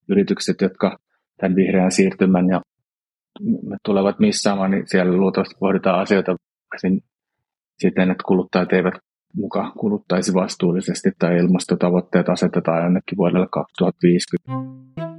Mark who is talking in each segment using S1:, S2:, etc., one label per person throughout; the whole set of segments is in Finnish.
S1: yritykset, jotka tämän vihreän siirtymän ja tulevat missaamaan, niin siellä luultavasti pohditaan asioita siten, että kuluttajat eivät muka kuluttaisi vastuullisesti tai ilmastotavoitteet asetetaan jonnekin vuodelle 2050.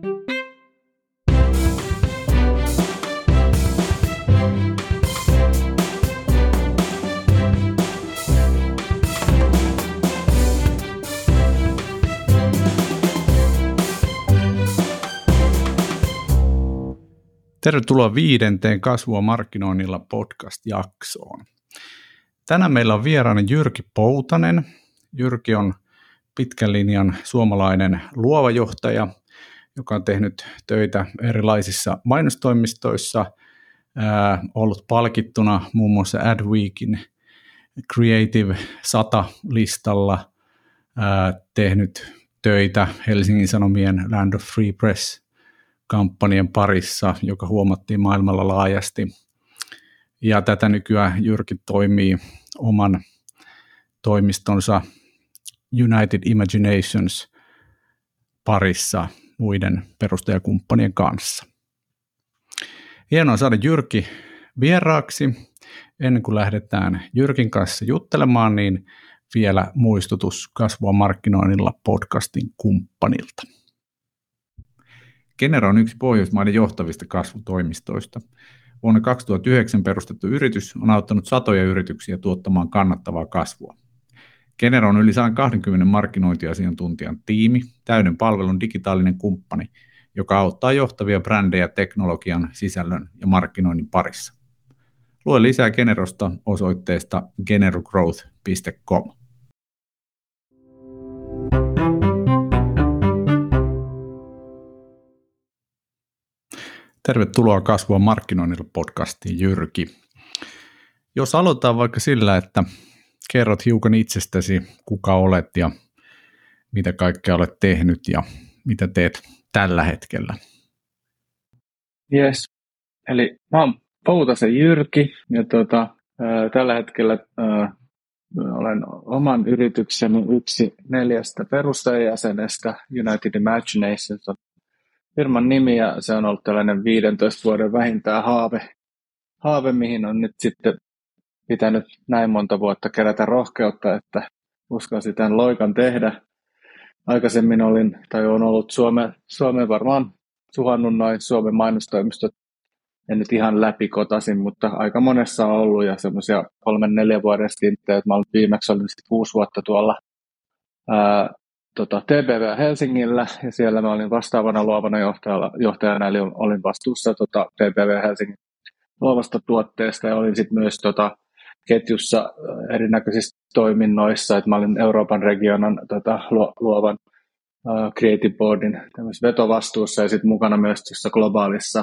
S2: Tervetuloa 5. Kasvua markkinoinnilla podcast-jaksoon. Tänään meillä on vieraana Jyrki Poutanen. Jyrki on pitkän linjan suomalainen luova johtaja, joka on tehnyt töitä erilaisissa mainostoimistoissa, ollut palkittuna muun muassa Adweekin Creative 100-listalla, tehnyt töitä Helsingin Sanomien Land of Free Press kampanjan parissa, joka huomattiin maailmalla laajasti. Ja tätä nykyään Jyrki toimii oman toimistonsa United Imaginations parissa muiden perustajakumppanien kanssa. Hienoa saada Jyrki vieraaksi. Ennen kuin lähdetään Jyrkin kanssa juttelemaan, niin vielä muistutus Kasvua markkinoinnilla podcastin kumppanilta. Genero on yksi Pohjoismaiden johtavista kasvutoimistoista. Vuonna 2009 perustettu yritys on auttanut satoja yrityksiä tuottamaan kannattavaa kasvua. Genero on yli 120 markkinointiasiantuntijan tiimi, täyden palvelun digitaalinen kumppani, joka auttaa johtavia brändejä teknologian, sisällön ja markkinoinnin parissa. Lue lisää Generosta osoitteesta generogrowth.com. Tervetuloa Kasvua markkinoinnilla podcastiin, Jyrki. Jos aloitetaan vaikka sillä, että kerrot hiukan itsestäsi, kuka olet ja mitä kaikkea olet tehnyt ja mitä teet tällä hetkellä.
S1: Yes, eli mä oon Poutasen Jyrki ja tällä hetkellä olen oman yritykseni yksi 4 perustajajäsenestä. United Imaginations on firman nimi ja se on ollut tällainen 15 vuoden vähintään haave, mihin on nyt sitten pitänyt näin monta vuotta kerätä rohkeutta, että uskalsin tämän loikan tehdä. Aikaisemmin olen ollut Suomeen varmaan suhannut noin Suomen mainostoimistot, en nyt ihan läpikotaisin, mutta aika monessa on ollut ja semmoisia 3-4 vuoden stinttejä, että mä olin viimeksi 6 vuotta tuolla TBV Helsingillä ja siellä mä olin vastaavana luovana johtajana, eli olin vastuussa TBV Helsingin luovasta tuotteesta ja olin sitten myös ketjussa erinäköisissä toiminnoissa, että mä olin Euroopan regionan luovan Creative Boardin vetovastuussa ja sitten mukana myös tuossa globaalissa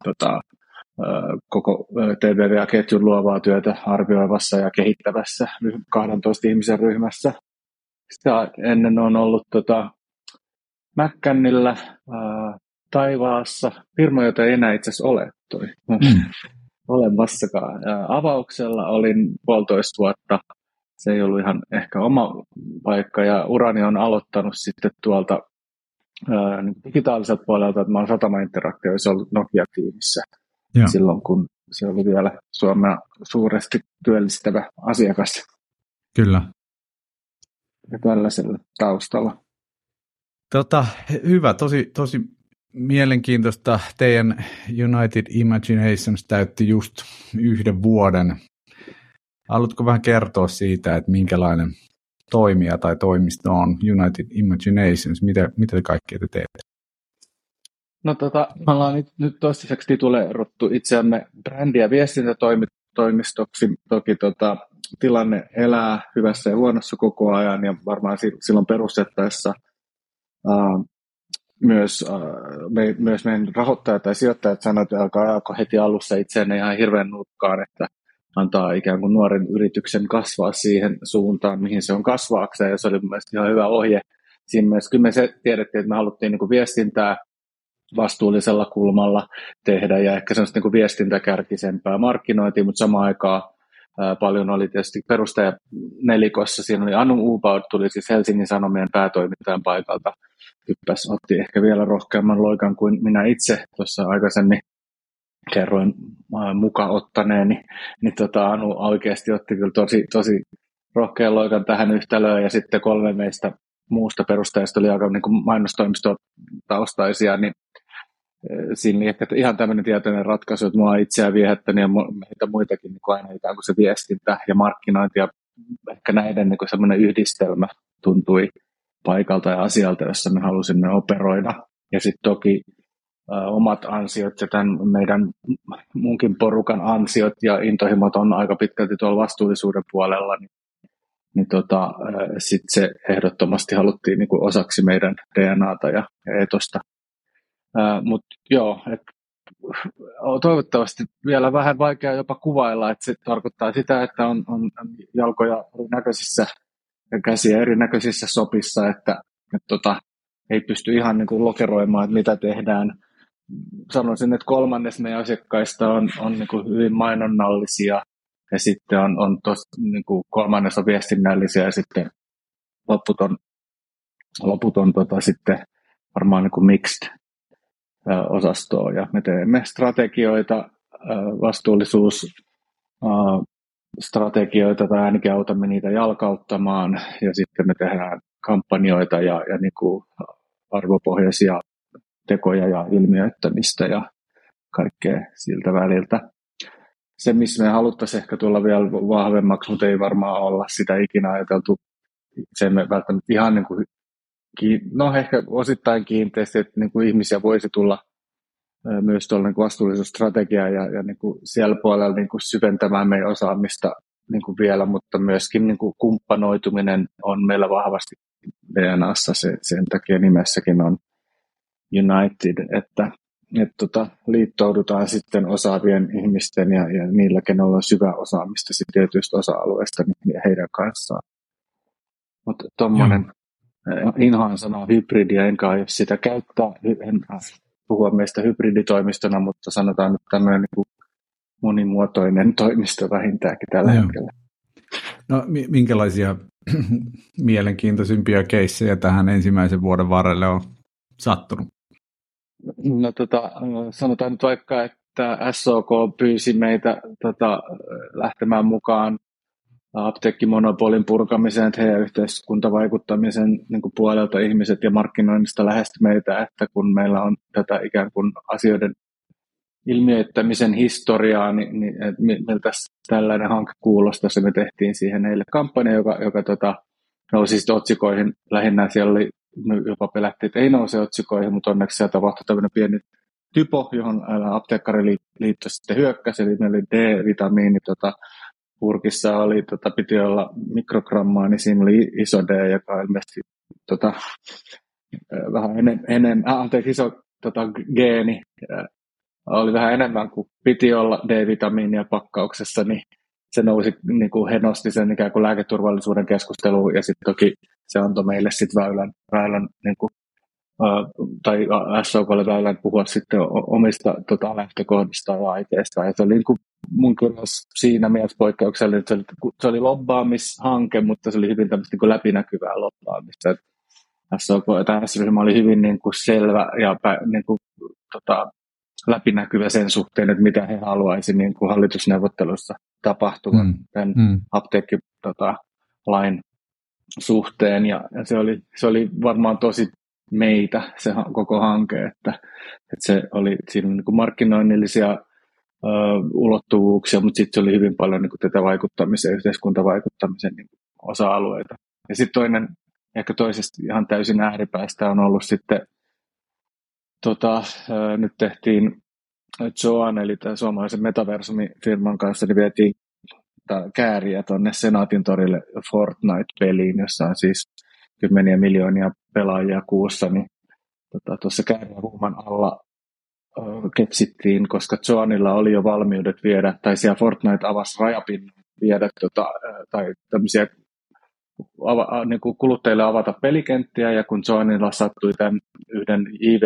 S1: koko TBV-ketjun luovaa työtä arvioivassa ja kehittävässä 12 ihmisen ryhmässä. Sitä ennen on ollut Mäkkännillä, Taivaassa, firma, jota ei enää itse asiassa ole olemassakaan. Avauksella olin 1,5 vuotta, se ei ollut ihan ehkä oma paikka ja urani on aloittanut sitten tuolta digitaaliselta puolelta, että mä olen Satama Interactiveissa ollut Nokia-tiimissä silloin, kun se oli vielä Suomea suuresti työllistävä asiakas.
S2: Kyllä.
S1: Ja tällaisella taustalla.
S2: Hyvä, tosi mielenkiintoista. Teidän United Imaginations täytti just 1 vuoden. Haluatko vähän kertoa siitä, että minkälainen toimija tai toimisto on United Imaginations? Mitä kaikkea te teette?
S1: No me ollaan nyt toistaiseksi tituleeruttu itseämme brändi- ja viestintätoimistoksi. Toki tilanne elää hyvässä ja huonossa koko ajan ja varmaan silloin perustettaessa myös meidän rahoittajat tai sijoittajat sanoivat, että alkaa heti alussa itseään ihan hirveän nurkkaan, että antaa ikään kuin nuoren yrityksen kasvaa siihen suuntaan, mihin se on kasvaakseen ja se oli mun mielestä ihan hyvä ohje. Siinä mielessä kyllä me tiedettiin, että me haluttiin niin kuin viestintää vastuullisella kulmalla tehdä ja ehkä semmoista niin kuin viestintäkärkisempää markkinointia, mutta samaan aikaan paljon oli tietysti perustajanelikossa. Siinä oli Anu Ubaud, tuli siis Helsingin Sanomien päätoimittajan paikalta otti ehkä vielä rohkeamman loikan kuin minä itse tuossa aikaisemmin kerroin mukaan ottaneeni, niin Anu oikeasti otti kyllä tosi rohkean loikan tähän yhtälöön, ja sitten 3 meistä muusta perustajista oli aika niin kuin mainostoimistotaustaisia, niin siinä oli ehkä ihan tämmöinen tietoinen ratkaisu, että mua itseään viehättänyt ja meitä muitakin niin kuin aina ikään kuin se viestintä ja markkinointi ja ehkä näiden niin kuin semmoinen yhdistelmä tuntui paikalta ja asialta, jossa me halusimme operoida. Ja sitten toki omat ansiot ja tämän meidän munkin porukan ansiot ja intohimot on aika pitkälti tuolla vastuullisuuden puolella, niin sitten se ehdottomasti haluttiin niin kuin osaksi meidän DNAta ja etosta. Mutta joo, toivottavasti vielä vähän vaikea jopa kuvailla, että se tarkoittaa sitä, että on jalkoja erinäköisissä ja käsiä erinäköisissä sopissa, että ei pysty ihan niin kuin lokeroimaan, että mitä tehdään. Sanoisin, että 1/3 meidän asiakkaista on niin kuin hyvin mainonnallisia ja sitten on niin kuin 1/3 on viestinnällisiä ja sitten loput on sitten varmaan niin kuin mixed osastoa, ja me teemme strategioita, vastuullisuusstrategioita tai ainakin autamme niitä jalkauttamaan, ja sitten me tehdään kampanjoita ja niin kuin arvopohjaisia tekoja ja ilmiöittämistä ja kaikkea siltä väliltä. Se, missä me haluttaisiin ehkä tulla vielä vahvemmaksi, mutta ei varmaan olla sitä ikinä ajateltu, se me välttämättä ihan niin kuin ehkä osittain kiinteästi, että niin kuin ihmisiä voisi tulla myös tuolla niin vastuullisuusstrategiaa ja niin kuin siellä puolella niin kuin syventämään meidän osaamista niin kuin vielä, mutta myöskin niin kuin kumppanoituminen on meillä vahvasti DNAssa, sen takia nimessäkin on United, että liittoudutaan sitten osaavien ihmisten ja niillä, kenellä on syvä osaamista tietyistä osa-alueista, niin heidän kanssaan. Mutta tuommoinen inhoan sanoo hybridiä, enkä aio sitä käyttää, en puhua meistä hybriditoimistona, mutta sanotaan nyt tämmöinen niin kuin monimuotoinen toimisto vähintäänkin tällä hetkellä.
S2: No minkälaisia mielenkiintoisimpia keissejä tähän ensimmäisen vuoden varrelle on sattunut?
S1: No sanotaan nyt vaikka, että SOK pyysi meitä lähtemään mukaan apteekkimonopolin purkamiseen, että heidän yhteiskuntavaikuttamisen niin kuin puolelta ihmiset ja markkinoinnista lähesty meitä, että kun meillä on tätä ikään kuin asioiden ilmiöittämisen historiaa, niin miltä tällainen hanke kuulostaisi, me tehtiin siihen heille kampanja, joka nousi sitten otsikoihin. Lähinnä siellä oli, jopa pelättiin, että ei nouse otsikoihin, mutta onneksi siellä tapahtui tämmöinen pieni typo, johon Apteekkariliitto sitten hyökkäsi, eli meillä oli D-vitamiini, purkissa oli, piti olla mikrogrammaa, niin siinä oli iso D, joka ilmeisesti vähän enemmän, iso geeni, oli vähän enemmän kuin piti olla D-vitamiinia pakkauksessa, niin se nousi, niin kuin he nosti sen ikään kuin lääketurvallisuuden keskusteluun, ja sitten toki se antoi meille sitten väylän niin kuin, tai SOKlle väylän puhua sitten omista lähtökohdista ja aikeista. Ja se oli niin kuin mun siinä mielessä poikkeuksellinen, että se oli lobbaamishanke, mutta se oli hyvin tämmöistä niin kuin läpinäkyvää lobbaamista. SOK, tämä S-ryhmä oli hyvin niin kuin selvä ja niin kuin, läpinäkyvä sen suhteen, että mitä he haluaisivat niin kuin hallitusneuvottelussa tapahtuvan tämän apteekkilain suhteen. Ja se oli varmaan tosi meitä se koko hanke, että se oli siinä niin kuin markkinoinnillisia ulottuvuuksia, mutta sitten se oli hyvin paljon niin kuin tätä vaikuttamisen, yhteiskuntavaikuttamisen niin kuin osa-alueita. Ja sitten toinen, ehkä toisesta ihan täysin ääripäistä on ollut sitten nyt tehtiin Joan, eli tämän suomalaisen metaversumifirman kanssa, niin vietiin kääriä tuonne Senaatin torille Fortnite-peliin, jossa on siis 10 miljoonia pelaajia kuussa, niin tuossa kääriähuuman alla keksittiin, koska Joanilla oli jo valmiudet viedä, tai siellä Fortnite avasi rajapinnan viedä tai tämmöisiä niin kuin kuluttajille avata pelikenttiä, ja kun Joanilla sattui tämän yhden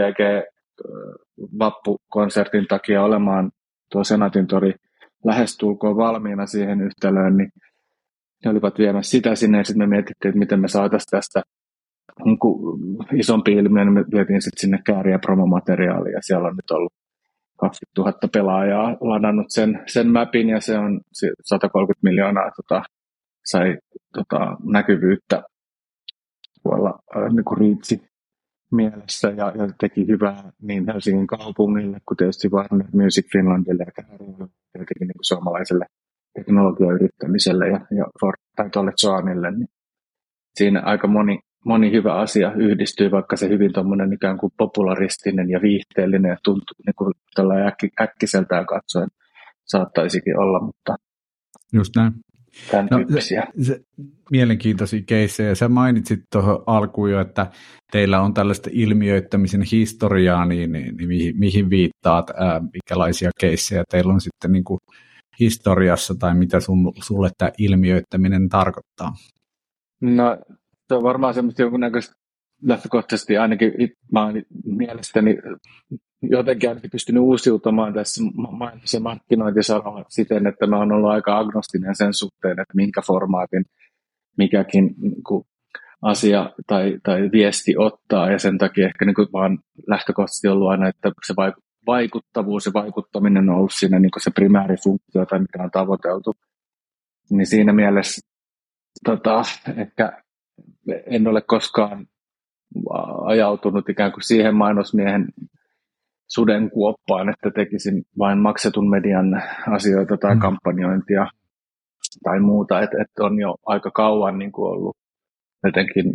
S1: IVG-vappukonsertin takia olemaan tuo Senaatin tori lähestulkoon valmiina siihen yhtälöön, niin he olivat viemässä sitä sinne, ja sitten me mietittiin, että miten me saataisiin tästä niin kuin isompi ilmiö, niin me vietiin sitten sinne Kääriä promomateriaalia, ja siellä on nyt ollut 20 000 pelaajaa ladannut sen mapin, ja se on 130 miljoonaa sai näkyvyyttä tuolla niin kuin Reach mielessä, ja teki hyvää niin Helsingin kaupungille, kuin tietysti Warner Music Finlandille ja Kääriälle, tietenkin niin kuin suomalaiselle teknologiayrittämiselle ja Fortnite Joanille, niin siinä aika moni hyvä asia yhdistyy, vaikka se hyvin tuommoinen ikään kuin popularistinen ja viihteellinen ja tuntuu niin kuin tällainen äkkiseltään katsoen saattaisikin olla, mutta
S2: just näin.
S1: Tämän tyyppisiä.
S2: Mielenkiintoisia keissejä. Sä mainitsit tuohon alkuun jo, että teillä on tällaista ilmiöittämisen historiaa, niin mihin viittaat, minkälaisia keissejä teillä on sitten niin kuin historiassa, tai mitä sulle tämä ilmiöittäminen tarkoittaa?
S1: No, se on varmaan semmoista jonkunnäköistä lähtökohtaisesti ainakin mä olen mielestäni jotenkin ainakin pystynyt uusiutumaan tässä mainos- ja markkinointisaralla siten, että mä oon ollut aika agnostinen sen suhteen, että minkä formaatin mikäkin niin kuin asia tai viesti ottaa, ja sen takia ehkä niin kuin mä oon lähtökohtaisesti ollut aina, että se vaikuttavuus ja vaikuttaminen on ollut siinä niin kuin se primäärifunktio tai mitä on tavoiteltu. Niin siinä mielessä ehkä en ole koskaan ajautunut ikään kuin siihen mainosmiehen sudenkuoppaan, että tekisin vain maksetun median asioita tai kampanjointia tai muuta, että on jo aika kauan niin kuin ollut jotenkin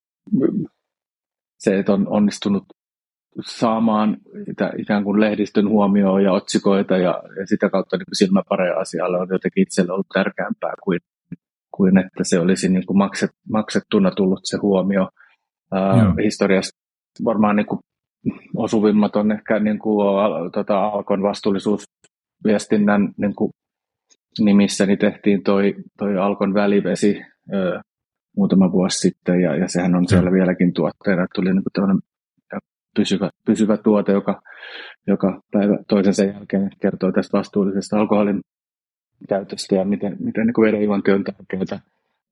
S1: se, että on onnistunut saamaan ikään kuin lehdistön huomioon ja otsikoita ja sitä kautta niin silmäpareja asialle on jotenkin itselle ollut tärkeämpää kuin että se olisi niin kuin maksettuna tullut se huomio. Historiassa varmaan niin kuin osuvimmat on ehkä niin kuin, Alkon vastuullisuusviestinnän niin kuin nimissä, niin tehtiin toi Alkon välivesi muutama vuosi sitten, ja sehän on siellä vieläkin tuotteena. Tuli niin kuin tämmöinen pysyvä tuote, joka päivä toisensa jälkeen kertoo tästä vastuullisesta alkoholin käytöstä ja miten niin kuin vedenjuonti on tärkeää.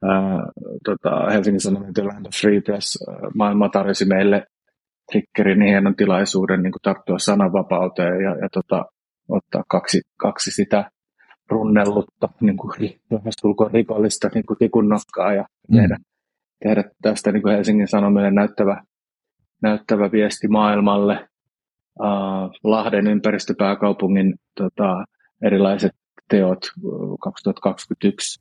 S1: Helsingin Sanomien Land of Free Press maailma tarjosi meille triggerin hienon tilaisuuden niin kuin tarttua sananvapauteen ja ottaa kaksi sitä runnellutta niin kuin rikollista niin kuin tikunnokkaa ja tehdä tästä niin kuin Helsingin Sanomille näyttävä viesti maailmalle. Lahden ympäristöpääkaupungin erilaiset teot 2021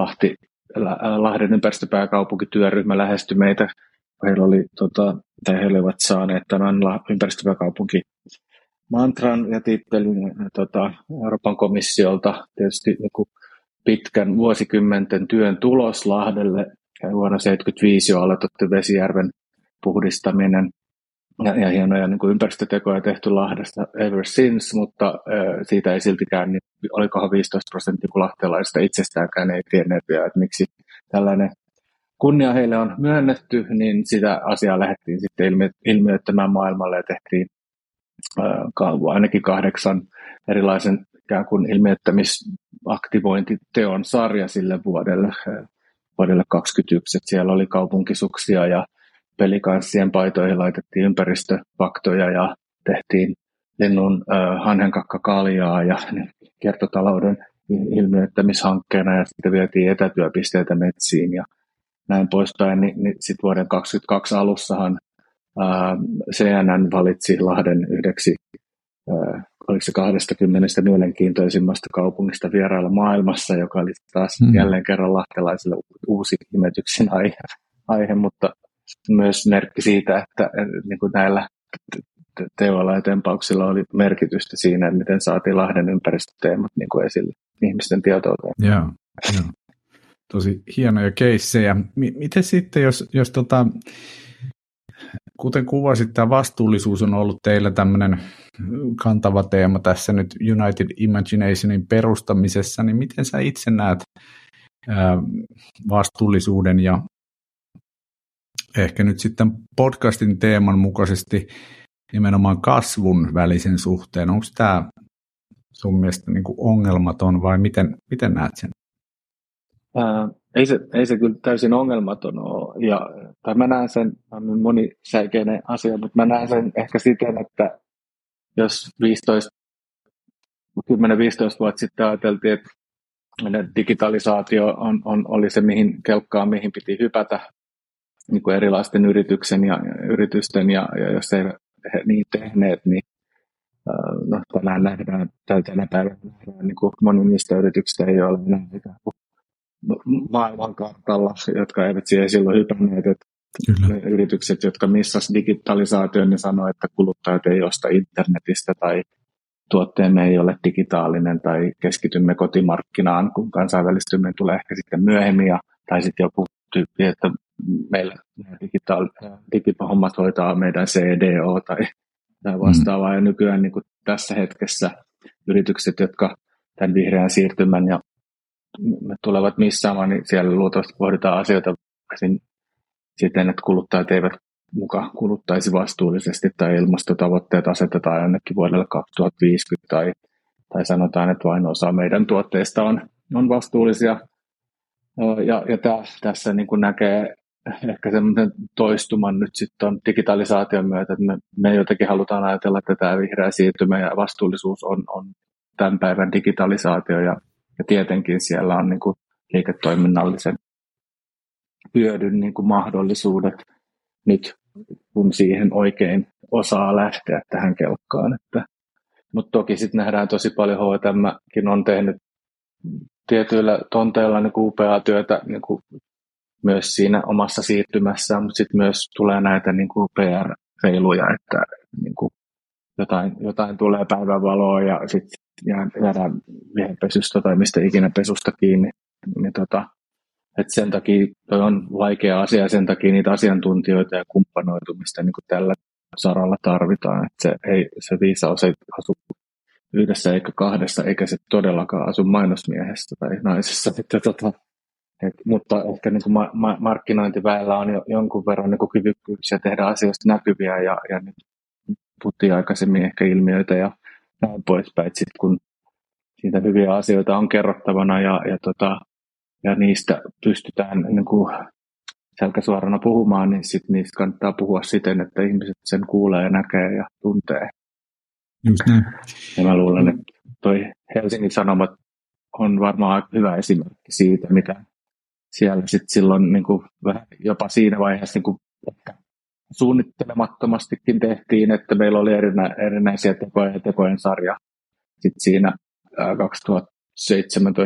S1: Lahden ympäristöpääkaupunkityöryhmä lähestyi meitä. He olivat saaneet tämän ympäristöpääkaupunki mantran ja tittelin Euroopan komissiolta tietysti niin pitkän vuosikymmenten työn tulos Lahdelle. Ja vuonna 1975 jo aloitettu Vesijärven puhdistaminen ja hienoja niin kuin ympäristötekoja tehty Lahdesta ever since, mutta siitä ei siltikään, niin olikohan 15% kun lahtelaisista itsestäänkään ei tienneet vielä, että miksi tällainen kunnia heille on myönnetty, niin sitä asiaa lähdettiin sitten ilmiöittämään maailmalle ja tehtiin ainakin 8 erilaisen ikään kuin ilmiöittämisaktivointiteon sarja sille vuodelle 2021. Siellä oli kaupunkisuksia ja pelikanssien paitoihin laitettiin ympäristöfaktoja ja tehtiin linnun hanhenkakkakaljaa ja kiertotalouden ilmiöittämishankkeena ja sitten vietiin etätyöpisteitä metsiin ja näin poispäin. Niin sitten vuoden 2022 alussahan CNN valitsi Lahden yhdeksi oliko se 20 mielenkiintoisimmasta kaupungista vierailla maailmassa, joka oli taas jälleen kerran lahtelaisille uusi imetyksen aihe, mutta myös merkki siitä, että niin kuin näillä teoilla ja tempauksilla oli merkitystä siinä, että miten saatiin Lahden ympäristöteemat niin kuin esille ihmisten tietouteen.
S2: Joo. Tosi hienoja keissejä. Miten sitten, jos kuten kuvasit, tämä vastuullisuus on ollut teillä tämmöinen kantava teema tässä nyt United Imaginationin perustamisessa, niin miten sä itse näet vastuullisuuden ja ehkä nyt sitten podcastin teeman mukaisesti nimenomaan kasvun välisen suhteen? Onko tämä sun mielestä niin kuin ongelmaton vai miten näet sen?
S1: ei se kyllä täysin ongelmaton ole. Tai mä näen sen, on monisäikeinen asia, mutta mä näen sen ehkä siten, että jos 10-15 vuotta sitten ajateltiin, että digitalisaatio oli se mihin kelkkaan, mihin piti hypätä niin kuin erilaisten yritysten ja jos ei he niin tehneet, niin no, tänä päivänä nähdään niin kuin moni niistä yrityksistä ei ole enää ikään kuin maailmankartalla, jotka eivät siihen silloin hypänneet. Ne yritykset, jotka missas digitalisaation, ne sanoo, että kuluttajat ei osta internetistä tai tuotteemme ei ole digitaalinen tai keskitymme kotimarkkinaan, kun kansainvälistyminen tulee ehkä sitten myöhemmin, tai sitten joku tyyppi, että meillä digihommat hoitaa meidän CDO tai vastaavaa. Ja nykyään niin kuin tässä hetkessä yritykset, jotka tämän vihreän siirtymän ja me tulevat missaamaan, niin siellä luultavasti pohditaan asioita siten, että kuluttajat eivät muka kuluttaisi vastuullisesti tai ilmastotavoitteet asetetaan jonnekin vuodelle 2050 tai sanotaan, että vain osa meidän tuotteista on vastuullisia. Ja tässä niin kuin näkee ehkä semmoisen toistuman nyt sitten on digitalisaation myötä, että me jotenkin halutaan ajatella, että tämä vihreä siirtymä ja vastuullisuus on tämän päivän digitalisaatio ja tietenkin siellä on niin kuin liiketoiminnallisen hyödyn niin kuin mahdollisuudet nyt, kun siihen oikein osaa lähteä tähän kelkkaan. Mutta toki sitten nähdään tosi paljon H&Mkin on tehnyt tietyillä tonteilla niin kuin upeaa työtä niin kuin myös siinä omassa siirtymässään, mutta sitten myös tulee näitä niin kuin PR-reiluja, että niin kuin jotain tulee päivänvaloa ja sitten jäädään vihenpesystä tai mistä ikinä pesusta kiinni. Niin että sen takia toi on vaikea asia ja sen takia niitä asiantuntijoita ja kumppanoitumista niin kuin tällä saralla tarvitaan. Että se viisaus ei asu yhdessä eikä kahdessa, eikä se todellakaan asu mainosmiehessä tai naisessa. Mutta ehkä niin kuin markkinointiväellä on jo jonkun verran niin kuin kyvykkyyksiä tehdä asioista näkyviä ja niin puhuttiin aikaisemmin ehkä ilmiöitä ja näin poispäin. Sitten kun siitä hyviä asioita on kerrottavana ja niistä pystytään niin kuin selkäsuorana puhumaan, niin sit niistä kannattaa puhua siten, että ihmiset sen kuulee ja näkee ja tuntee.
S2: Just näin.
S1: Ja mä luulen, että toi Helsingin Sanomat on varmaan hyvä esimerkki siitä, mitä siellä sitten silloin niin kuin vähän jopa siinä vaiheessa niin kuin suunnittelemattomastikin tehtiin, että meillä oli erinäisiä tekoja ja tekojen sarja sitten siinä 2017-2019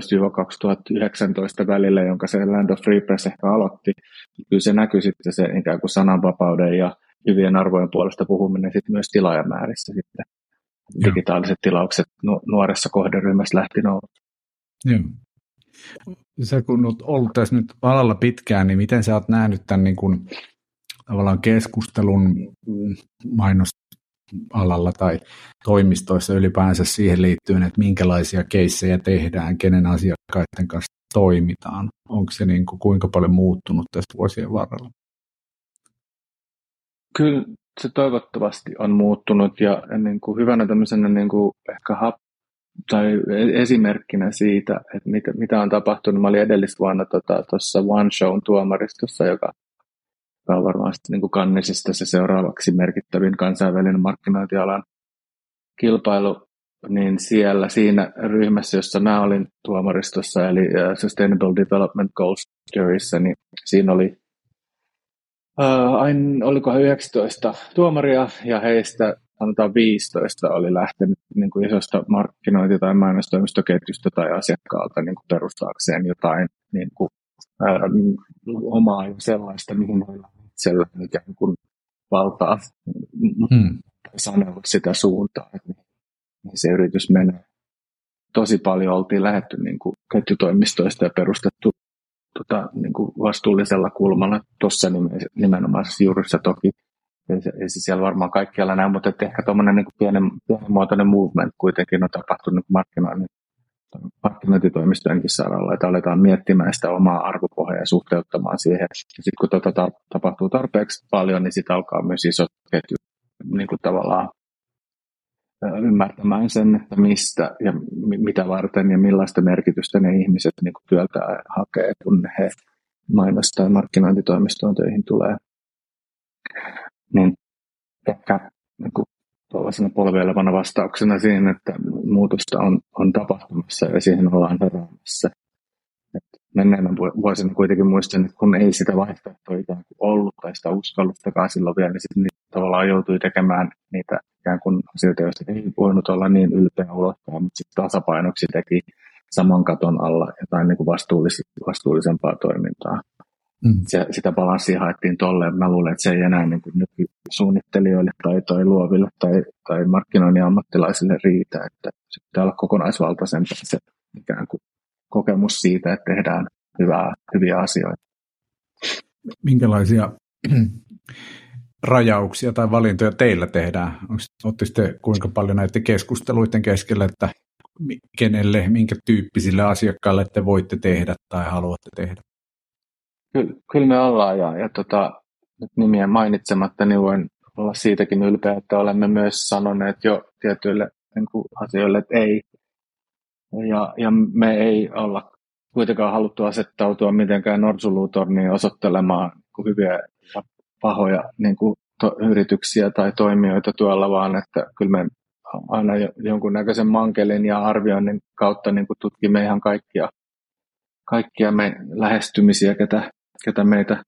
S1: välillä, jonka se Land of Free Press ehkä aloitti. Kyllä se näkyi sitten se ikään kuin sananvapauden ja hyvien arvojen puolesta puhuminen sitten myös tilaajamäärissä sitten. Digitaaliset tilaukset nuoressa kohderyhmässä lähti nousemaan.
S2: Joo. Sä kun olet ollut tässä nyt alalla pitkään, niin miten sä oot nähnyt tämän niin kuin, tavallaan keskustelun mainosalalla tai toimistoissa ylipäänsä siihen liittyen, että minkälaisia keissejä tehdään, kenen asiakkaiden kanssa toimitaan? Onko se niin kuin, kuinka paljon muuttunut tästä vuosien varrella?
S1: Kyllä se toivottavasti on muuttunut ja niin kuin hyvänä tämmöisenä niin kuin ehkä tai esimerkkinä siitä, että mitä on tapahtunut. Mä olin edellisvuonna tuossa One Shown tuomaristossa, joka on varmaan niin kuin Cannesista se seuraavaksi merkittävin kansainvälinen markkinointialan kilpailu, niin siinä ryhmässä, jossa mä olin tuomaristossa, eli Sustainable Development Goals juryssä, niin siinä oli olikohan 19 tuomaria ja heistä sanotaan 15 oli lähtenyt niin kuin isosta markkinointi- tai mainostoimistoketjusta tai asiakkaalta niin kuin perustaakseen jotain niin kuin, omaa ja sellaista, mihin heillä on itsellään ikään kuin valtaa sanella sitä suuntaa, että mihin se yritys menee. Tosi paljon oltiin lähdetty niin kuin ketjutoimistoista ja perustettu niin kuin vastuullisella kulmalla tuossa nimenomaisessa juurissa toki. Ei se siellä varmaan kaikkialla näy, mutta ehkä tuommoinen niin pienenmuotoinen movement kuitenkin on tapahtunut markkinointitoimistojenkin saralla, että aletaan miettimään sitä omaa arvopohjaa ja suhteuttamaan siihen. Ja sitten kun tapahtuu tarpeeksi paljon, niin sitten alkaa myös isot ketjut niin kuin tavallaan ymmärtämään sen, että mistä ja mitä varten ja millaista merkitystä ne ihmiset niin kuin työltä hakee, kun he mainos- tai markkinointitoimistoon töihin tulee, niin ehkä niin kuin tuollaisena polveilevana vastauksena siihen, että muutosta on tapahtumassa ja siihen ollaan herämässä. Menneenä vuosina kuitenkin muistan, että kun ei sitä vaihtoehtoa ikään kuin ollut tai sitä uskallustakaan silloin vielä, niin sitten tavallaan joutui tekemään niitä ikään kuin asioita, joista ei voinut olla niin ylpeä ulospäin, mutta sitten tasapainoksi teki saman katon alla jotain niin kuin vastuullisempaa toimintaa. Sitä balanssia haettiin tolleen. Mä luulen, että se ei enää niin kuin nykysuunnittelijoille tai luoville tai markkinoinnin ammattilaisille riitä, että se pitää olla kokonaisvaltaisempaa se ikään kuin kokemus siitä, että tehdään hyviä asioita.
S2: Minkälaisia rajauksia tai valintoja teillä tehdään? Oletteko kuinka paljon näiden keskusteluiden keskellä, että kenelle, minkä tyyppisille asiakkaille te voitte tehdä tai haluatte tehdä?
S1: Kyllä me ollaan ja nyt nimiä mainitsematta, niin voin olla siitäkin ylpeä, että olemme myös sanoneet jo tietyille niin kuin asioille, että ei. Ja me ei olla kuitenkaan haluttu asettautua mitenkään norsuluutorniin osoittelemaan hyviä ja pahoja niin kuin yrityksiä tai toimijoita tuolla, vaan että kyllä me aina jonkunnäköisen mankelin ja arvioinnin kautta niin kuin tutkimme ihan kaikkia me lähestymisiä, ketä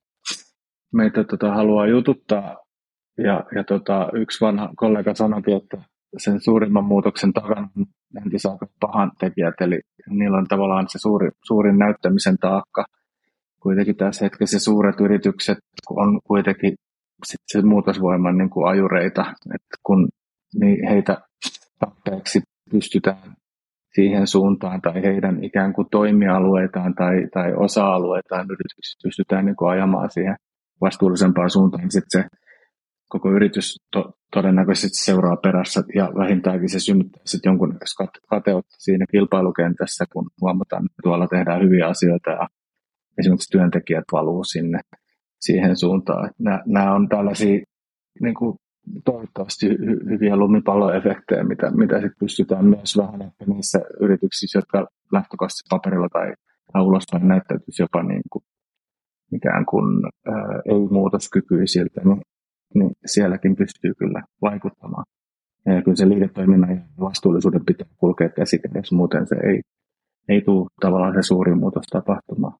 S1: meitä haluaa jututtaa. Ja yksi vanha kollega sanoikin, että sen suurimman muutoksen takana on entisaika pahan tekijät, eli niillä on tavallaan se suurin näyttämisen taakka. Kuitenkin tässä hetkessä suuret yritykset on kuitenkin sit se muutosvoiman niin kuin ajureita, että kun niin heitä tarpeeksi pystytään siihen suuntaan tai heidän ikään kuin toimialueitaan tai osa-alueitaan yrityksissä pystytään niin kuin ajamaan siihen vastuullisempaan suuntaan, niin sitten se koko yritys todennäköisesti seuraa perässä ja vähintäänkin se synnyttää sitten jonkun kateutta siinä kilpailukentässä, kun huomataan, että tuolla tehdään hyviä asioita ja esimerkiksi työntekijät valuu sinne siihen suuntaan. Nämä on tällaisia niin kuin toivottavasti hyviä lumipalloefektejä, mitä sitten pystytään myös vähän ehkä niissä yrityksissä, jotka lähtökohtaisesti paperilla tai ulospäin näyttäytyisi jopa niin kuin ikään kuin ei-muutoskykyisiltä, niin sielläkin pystyy kyllä vaikuttamaan. Ja kyllä se liiketoiminnan ja vastuullisuuden pitää kulkea käsikädessä, muuten se ei tule tavallaan se suuri muutos tapahtumaan.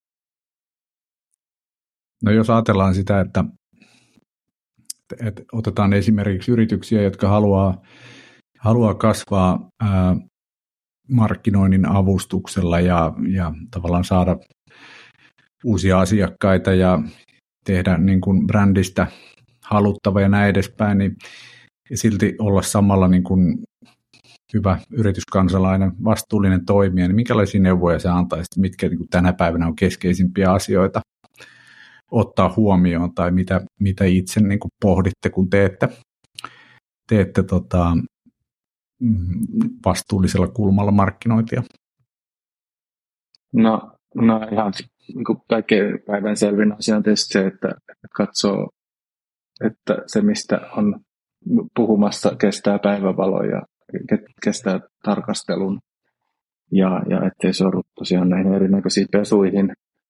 S2: No jos ajatellaan sitä, että otetaan esimerkiksi yrityksiä, jotka haluaa kasvaa markkinoinnin avustuksella ja tavallaan saada uusia asiakkaita ja tehdä niin kuin brändistä haluttava ja näin edespäin, niin silti olla samalla niin kuin hyvä yrityskansalainen, vastuullinen toimija, niin minkälaisia neuvoja sä antaisit, mitkä niin kuin tänä päivänä on keskeisimpiä asioita ottaa huomioon tai mitä itse niin kuin pohditte, kun teette vastuullisella kulmalla markkinointia?
S1: No ihan niin kaikkein päivänselvin asia on tietysti se, että katsoo, että se mistä on puhumassa kestää päivänvalon ja kestää tarkastelun ja ettei sorru tosiaan näihin erinäköisiin pesuihin.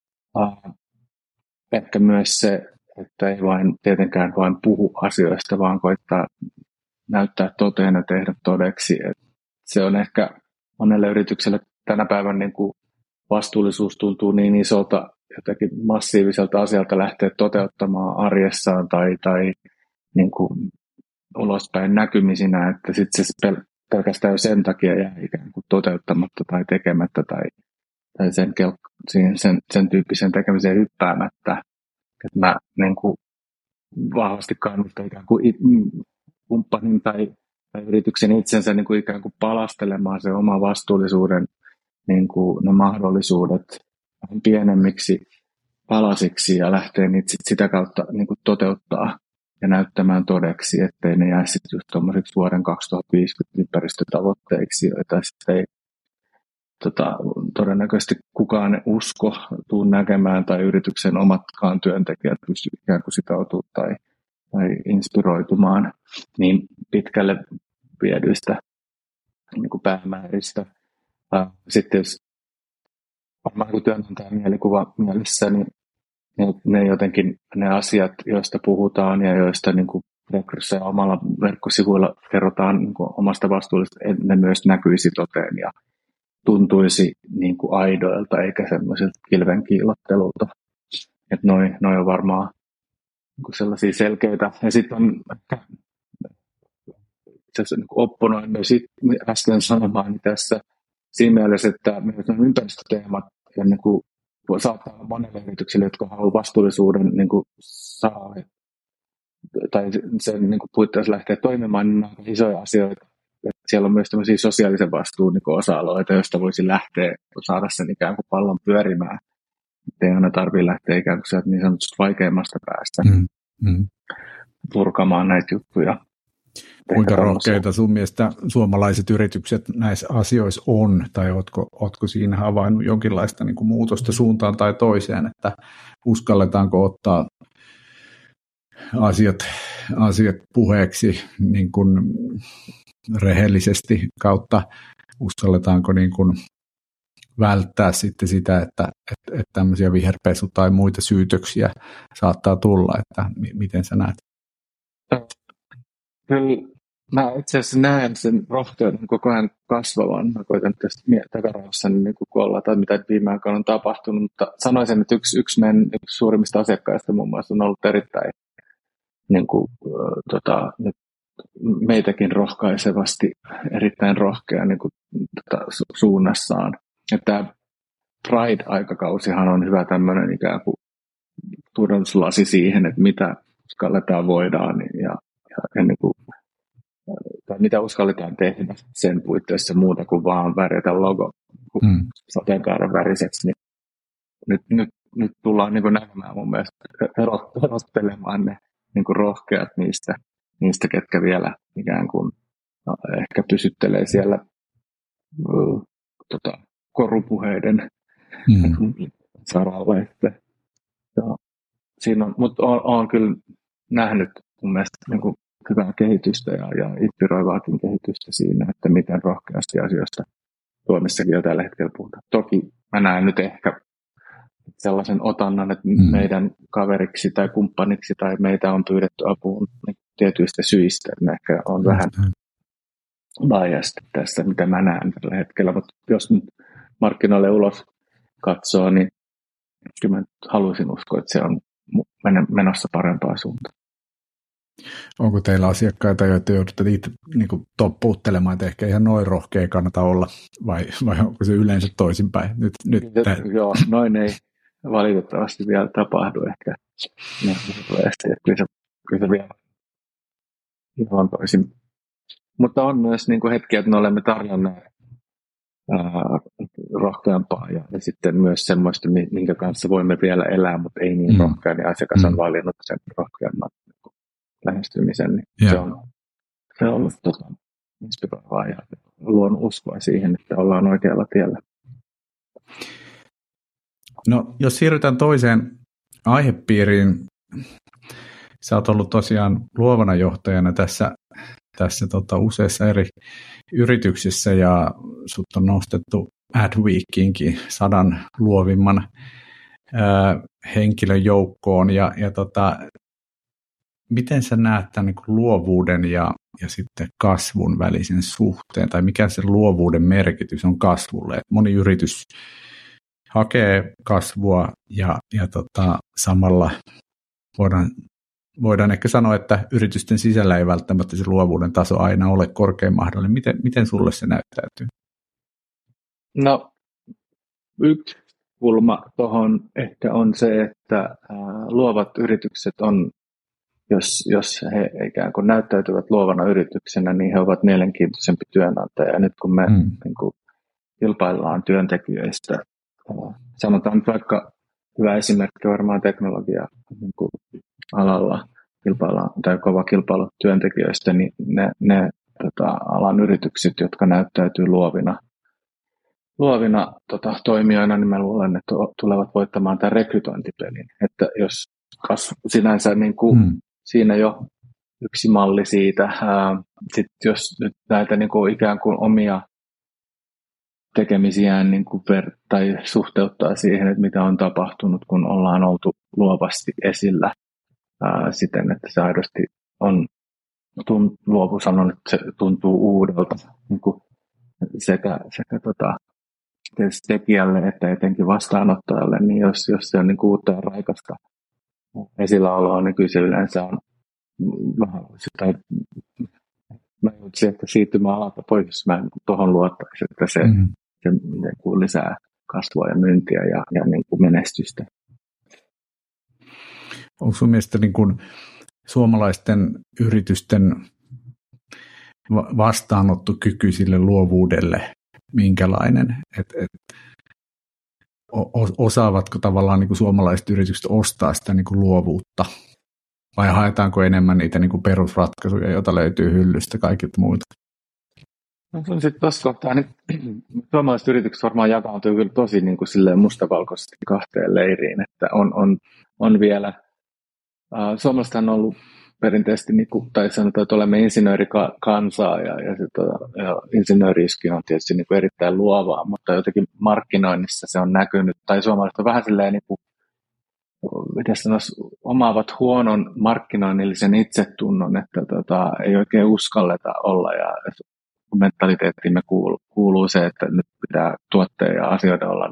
S1: Ehkä myös se, että ei tietenkään vain puhu asioista, vaan koittaa näyttää toteen ja tehdä todeksi. Se on ehkä monelle yritykselle tänä päivänä niin kuin vastuullisuus tuntuu niin isolta jotenkin massiiviselta asialta lähteä toteuttamaan arjessaan tai niin kuin ulospäin näkymisinä, että sitten se pelkästään jo sen takia jää ikään kuin toteuttamatta tai tekemättä tai sen tyyppisen tekemiseen hyppäämättä. Että mä niin kuin vahvasti kannustan ikään kuin kumppanin tai yrityksen itsensä niin kuin ikään kuin palastelemaan se oma vastuullisuuden niin kuin ne mahdollisuudet pienemmiksi palasiksi ja lähtee niitä sitä kautta niin kuin toteuttaa ja näyttämään todeksi, ettei ne jää sitten just tuommoisiksi vuoden 2050 ympäristötavoitteiksi, joita sitten ei todennäköisesti kukaan usko tuu näkemään tai yrityksen omatkaan työntekijät pysty ikään kuin sitoutumaan tai inspiroitumaan niin pitkälle viedyistä niin kuin päämääristä. Sitten jos varmaan kun työnantajan mielikuva mielessä, niin ne jotenkin ne asiat, joista puhutaan ja joista niin kuin Rekryssä ja omalla verkkosivuilla kerrotaan niin kuin omasta vastuullisesta, että ne myös näkyisi toteen ja tuntuisi niin kuin aidoilta eikä semmoiselta kilven kiillottelulta. Että noi on varmaan niin kuin sellaisia selkeitä. Ja sitten on itse asiassa niin opponoin myös äsken sanomaani tässä siinä mielessä, että myös ympäristöteemat ja niin kuin saattaa olla monelle yritykselle, jotka haluaa vastuullisuuden niin kuin saa tai sen niin kuin puitteissa lähtee toimimaan, niin on isoja asioita. Että siellä on myös tämmöisiä sosiaalisen vastuun niin osa-alueita, joista voisi lähteä saada sen ikään kuin pallon pyörimään. Ei aina tarvitse lähteä ikään kuin sieltä niin sanotusti vaikeimmasta päästä purkamaan näitä juttuja.
S2: Kuinka rohkeita sun mielestä suomalaiset yritykset näissä asioissa on, tai ootko siinä havainnut jonkinlaista niin kuin muutosta suuntaan tai toiseen, että uskalletaanko ottaa asiat puheeksi niin kuin rehellisesti kautta, uskalletaanko niin kuin välttää sitten sitä, että tämmöisiä viherpesu- tai muita syytöksiä saattaa tulla, että miten sä näet?
S1: Kyllä mä itse asiassa näen sen rohkeuden koko ajan kasvavan. Mä koitan tästä takarauhassa niin kuolla tai mitä viime aikoina on tapahtunut, mutta sanoisin, että yksi meidän suurimmista asiakkaista muun muassa on ollut erittäin niin kuin, meitäkin rohkaisevasti erittäin rohkea niin kuin, suunnassaan. Että Pride-aikakausihan on hyvä tämmöinen ikään kuin turvallisuuslasi siihen, että mitä uskalletaan voidaan ja niin kuin, tai mitä uskalletaan tehdä sen puitteissa muuta kuin vaan värjätä logo sateenkaaren väriseksi. Niin nyt tullaan niin kuin näkemään mun mielestä erottelemaan ne niin kuin rohkeat niistä, ketkä vielä ikään kuin ehkä pysyttelee siellä korupuheiden saralla. Siinä on, mutta olen kyllä nähnyt mun mielestä niin kuin hyvää kehitystä ja inspiroivaakin kehitystä siinä, että miten rohkeasti asioista Suomessakin jo tällä hetkellä puhutaan. Toki mä näen nyt ehkä sellaisen otannan, että meidän kaveriksi tai kumppaniksi tai meitä on pyydetty apuun niin tietyistä syistä. Mä ehkä on vähän biased tässä, mitä mä näen tällä hetkellä, mutta jos nyt markkinoille ulos katsoo, niin kyllä mä haluaisin uskoa, että se on menossa parempaan suuntaan.
S2: Onko teillä asiakkaita, joita joudutte itse niin toppuuttelemaan, että ehkä ihan noin rohkea kannata olla, vai onko se yleensä toisinpäin?
S1: Joo, noin ei valitettavasti vielä tapahdu ehkä. Kyllä se vielä on toisin. Mutta on myös niin kuin hetkiä, että me olemme tarjonneet rohkeampaa ja sitten myös semmoista, minkä kanssa voimme vielä elää, mutta ei niin rohkea, niin asiakas on valinnut sen rohkeamman lähestymisen. Niin se on ollut inspiroivaa ja luonut uskoa siihen, että ollaan oikealla tiellä.
S2: No, jos siirrytään toiseen aihepiiriin, sä oot ollut tosiaan luovana johtajana tässä useissa eri yrityksissä ja sut on nostettu Adweekiinkin 100 luovimman henkilön joukkoon ja miten sä näet tämän niin kuin luovuuden ja sitten kasvun välisen suhteen tai mikä se luovuuden merkitys on kasvulle? Moni yritys hakee kasvua ja samalla voidaan ehkä sanoa, että yritysten sisällä ei välttämättä se luovuuden taso aina ole korkein mahdollinen. Miten sulle se näyttäytyy?
S1: No, yksi kulma tuohon ehkä on se, että luovat yritykset on, jos he ikään kuin näyttäytyvät luovana yrityksenä, niin he ovat mielenkiintoisempi työnantaja. Ja nyt kun me niin kuin kilpaillaan työntekijöistä, sanotaan nyt vaikka hyvä esimerkki varmaan teknologia niin kuin alalla kilpaillaan, tai kova kilpailu työntekijöistä, niin ne alan yritykset, jotka näyttäytyy luovina toimijoina, niin mä luulen, että tulevat voittamaan tämän rekrytointipelin. Että jos sinänsä niin kuin siinä jo yksi malli siitä, sitten jos nyt näitä niin kuin ikään kuin omia tekemisiään niin kuin tai suhteuttaa siihen, että mitä on tapahtunut, kun ollaan oltu luovasti esillä siten, että se aidosti on, luovu sanon, että se tuntuu uudelta niin kuin sekä tekijälle että etenkin vastaanottajalle, niin jos se on niin kuin uutta ja raikasta esilläoloa, niin kyllä se yleensä on vähän sitä, mä joudun ehkä siirtymään alalta pois, jos mä tuohon luottaisin, että se niin kuin lisää kasvua ja myyntiä ja niin kuin menestystä.
S2: Onko sun mielestä niin kuin suomalaisten yritysten vastaanottokyky sille luovuudelle minkälainen? Osaavatko tavallaan niin kuin suomalaiset yritykset ostaa sitä niin kuin luovuutta? Vai haetaanko enemmän niitä niin kuin perusratkaisuja, joita löytyy hyllystä kaikilta muilta?
S1: No sitten tuossa kohtaa, niin suomalaiset yritykset varmaan jakautuu kyllä tosi niin kuin silleen mustavalkoisesti kahteen leiriin, että on vielä, suomalaiset on ollut perinteisesti, niin kuin, tai sanotaan, että olemme insinöörikansaa ja insinööriyskin on tietysti niin kuin erittäin luovaa, mutta jotenkin markkinoinnissa se on näkynyt, tai suomalaiset on vähän silleen, niin kuin, miten sanoisi, omaavat huonon markkinoinnillisen itsetunnon, että ei oikein uskalleta olla ja mentaliteettiimme kuuluu se, että nyt pitää tuotteen ja asioiden olla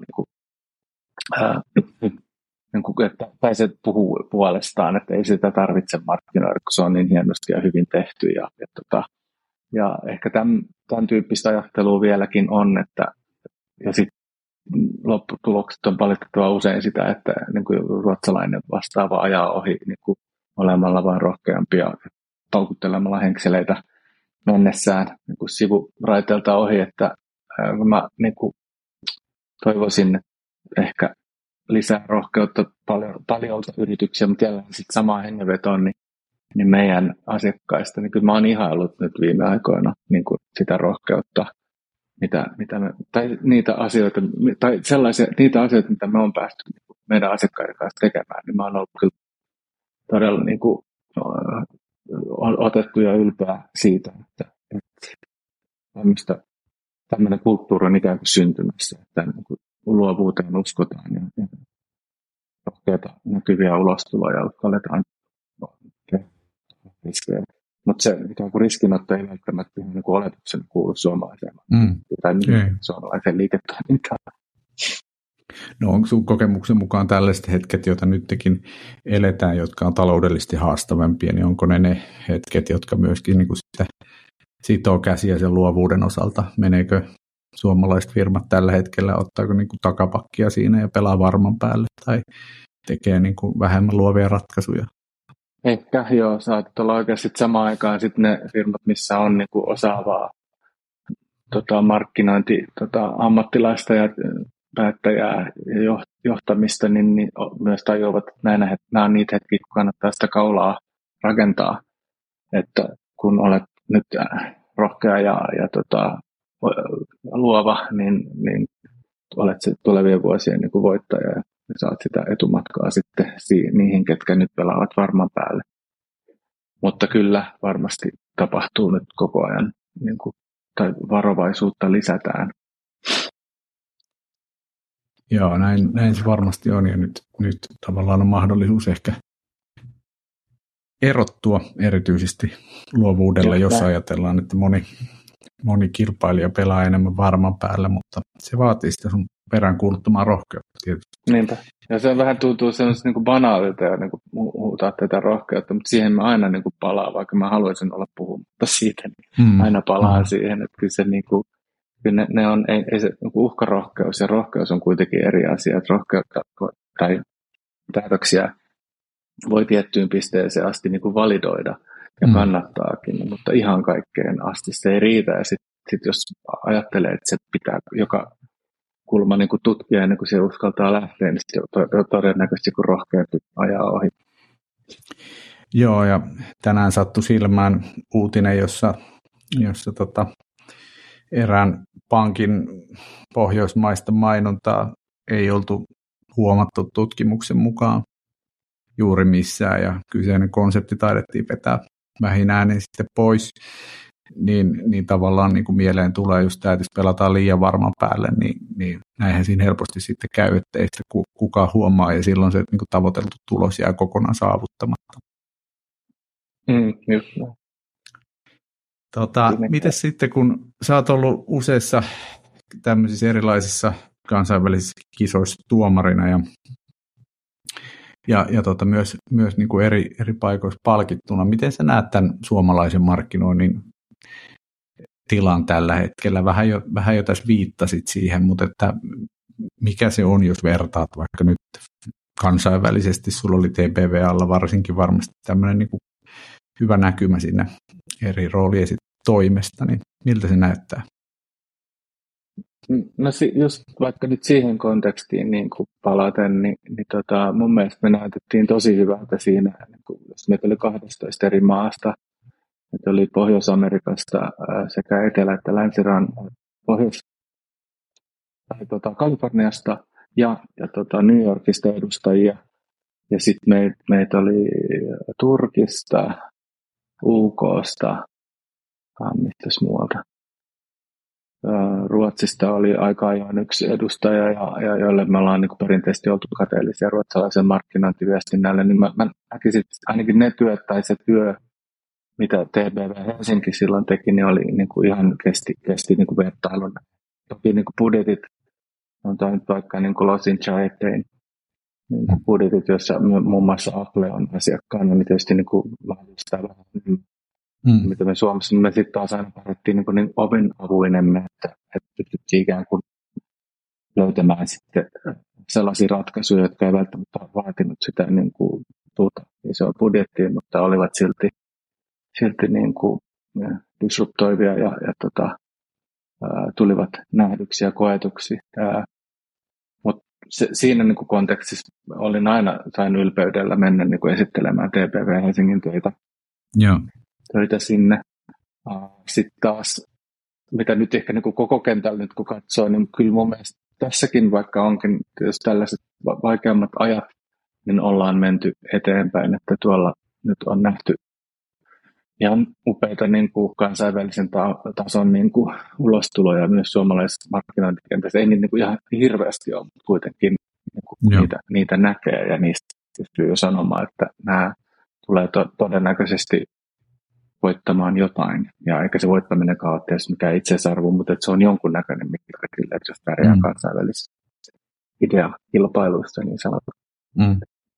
S1: tai se puhuu puolestaan, että ei sitä tarvitse markkinoida, kun se on niin hienosti ja hyvin tehty. Ja ehkä tämän tyyppistä ajattelua vieläkin on, ja sitten lopputulokset on valitettava usein sitä, että niin kuin ruotsalainen vastaava ajaa ohi niin kuin olemalla vaan rohkeampia paukuttelemalla henkseleitä mennessään niin kuin sivuraiteelta ohi, että mä niin kuin toivoisin, että ehkä lisää rohkeutta paljolta yrityksiä, mutta jälleen sitten samaa hengenvetoon, niin meidän asiakkaista, niin kyllä mä oon ihaillut nyt viime aikoina niin kuin sitä rohkeutta, tai niitä asioita, mitä me on päästy niin kuin meidän asiakkaiden kanssa tekemään, niin mä oon ollut kyllä todella niin kuin, otettu ja ylpeä siitä, että tämmöinen kulttuuri on ikään kuin syntymässä, että niin kuin luovuuteen uskotaan ja rohkeita näkyviä ulostuloja uskalletaan riskejä. Mutta se ikään kuin riskinotto ei välttämättä ihan niin kuin oletuksena kuulu suomalaiseen tai suomalaiseen liiketoimintaan.
S2: No onko sun kokemuksen mukaan tällaiset hetket, joita nytkin eletään, jotka on taloudellisesti haastavampia, niin onko ne hetket, jotka myöskin niin kuin sitä sitoo käsiä sen luovuuden osalta? Meneekö suomalaiset firmat tällä hetkellä, ottaako niin kuin takapakkia siinä ja pelaa varman päälle tai tekee niin kuin vähemmän luovia ratkaisuja?
S1: Ehkä joo, saatat olla oikeasti samaan aikaan sitten ne firmat, missä on niin kuin osaavaa markkinointi ammattilaista ja päättäjää ja johtamista, niin myös tajuavat, että nämä on niitä hetkiä, kun kannattaa sitä kaulaa rakentaa. Että kun olet nyt rohkea ja luova, niin olet se tulevien vuosien niin kuin voittaja ja saat sitä etumatkaa sitten niihin, ketkä nyt pelaavat varman päälle. Mutta kyllä varmasti tapahtuu nyt koko ajan, niin kuin, tai varovaisuutta lisätään.
S2: Joo, näin se varmasti on, ja nyt tavallaan on mahdollisuus ehkä erottua erityisesti luovuudella, jos ajatellaan, että moni kilpailija pelaa enemmän varman päällä, mutta se vaatii sitä sun peräänkuuluttamaa rohkeutta tietysti.
S1: Niinpä. Ja se vähän tuntuu sellaista niin kuin banaalilta ja niin kuin huutaa tätä rohkeutta, mutta siihen mä aina niin kuin palaan, vaikka mä haluaisin olla puhumatta siitä, niin aina palaan siihen, että kyllä se niin kuin, kyllä ne on, ei se niin kuin uhkarohkeus ja rohkeus on kuitenkin eri asia, että rohkeutta tai päätöksiä voi tiettyyn pisteeseen asti niin kuin validoida ja kannattaakin, mutta ihan kaikkeen asti se ei riitä. Ja sit jos ajattelee, että se pitää joka kulma niin kuin tutkia ennen kuin se uskaltaa lähteä, niin sitten todennäköisesti kun rohkeampi ajaa ohi.
S2: Joo, ja tänään sattui silmään uutinen, jossa erään pankin pohjoismaista mainontaa ei oltu huomattu tutkimuksen mukaan juuri missään, ja kyseinen konsepti taidettiin vetää vähin äänen sitten pois. niin tavallaan niin kuin mieleen tulee just tämä, että jos pelataan liian varman päälle, niin näinhän siinä helposti sitten käy, että ei sitä kukaan huomaa, ja silloin se niin kuin tavoiteltu tulos jää kokonaan saavuttamatta.
S1: Just.
S2: Miten sitten, kun sä oot ollut useissa tämmöisissä erilaisissa kansainvälisissä kisoissa tuomarina ja myös niin kuin eri paikoissa palkittuna, miten sä näet tämän suomalaisen markkinoinnin tilan tällä hetkellä? Vähän jo tässä viittasit siihen, mutta että mikä se on, jos vertaat vaikka nyt kansainvälisesti, sulla oli TPV:llä varsinkin varmasti tämmöinen niin kuin hyvä näkymä sinne eri roolien toimesta, niin miltä se näyttää?
S1: No just vaikka nyt siihen kontekstiin niin kun palaten, niin mun mielestä me näytettiin tosi hyvältä siinä, niin jos meitä oli 12 eri maasta, meitä oli Pohjois-Amerikasta sekä Etelä- että Kaliforniasta ja New Yorkista edustajia, ja sitten meitä oli Turkista, UKsta, mistäs muualta. Ruotsista oli aika ajoin yksi edustaja, ja joille me ollaan niin perinteisesti oltu kateellisia ruotsalaisen markkinointiviestinnälle, niin mä näkisin, että ainakin ne työt tai se työ, mitä TBV Helsinki silloin teki, niin oli niin kuin ihan kesti niin kuin vertailun. Toki niin kuin budjetit, on tämä nyt vaikka niin kuin Losin Chaetein niin budjetit, joissa muun muassa Apple on asiakkaana, niin tietysti niin kuin vahvistaa vähän mitä me Suomessa, me sitten taas aina parittiin niin oven avuinemme, että pystyttiin ikään kuin löytämään sitten sellaisia ratkaisuja, jotka ei välttämättä vaatinut sitä niin kuin isoa budjettia, mutta olivat silti niin kuin disruptoivia ja tulivat nähdyksi ja koetuksi. Mutta siinä niin kuin kontekstissa sain ylpeydellä mennä niin kuin esittelemään TPV Helsingin töitä sinne. Sitten taas, mitä nyt ehkä niin kuin koko kentällä nyt kun katsoo, niin kyllä mun mielestä tässäkin, vaikka onkin jos tällaiset vaikeammat ajat, niin ollaan menty eteenpäin, että tuolla nyt on nähty ihan upeita niin kuin kansainvälisen tason niin kuin ulostuloja myös suomalaisessa markkinointikentässä. Ei niitä niin kuin ihan hirveästi ole, mutta kuitenkin niin kuin niitä näkee ja niistä pystyy jo sanomaan, että nämä tulee todennäköisesti voittamaan jotain. Ja eikä se voittaminenkaan ole tietysti mikään itseisarvo, mutta se on jonkunnäköinen mikkari sille, että jos pärjää kansainvälisessä ideakilpailuissa, niin sanotaan.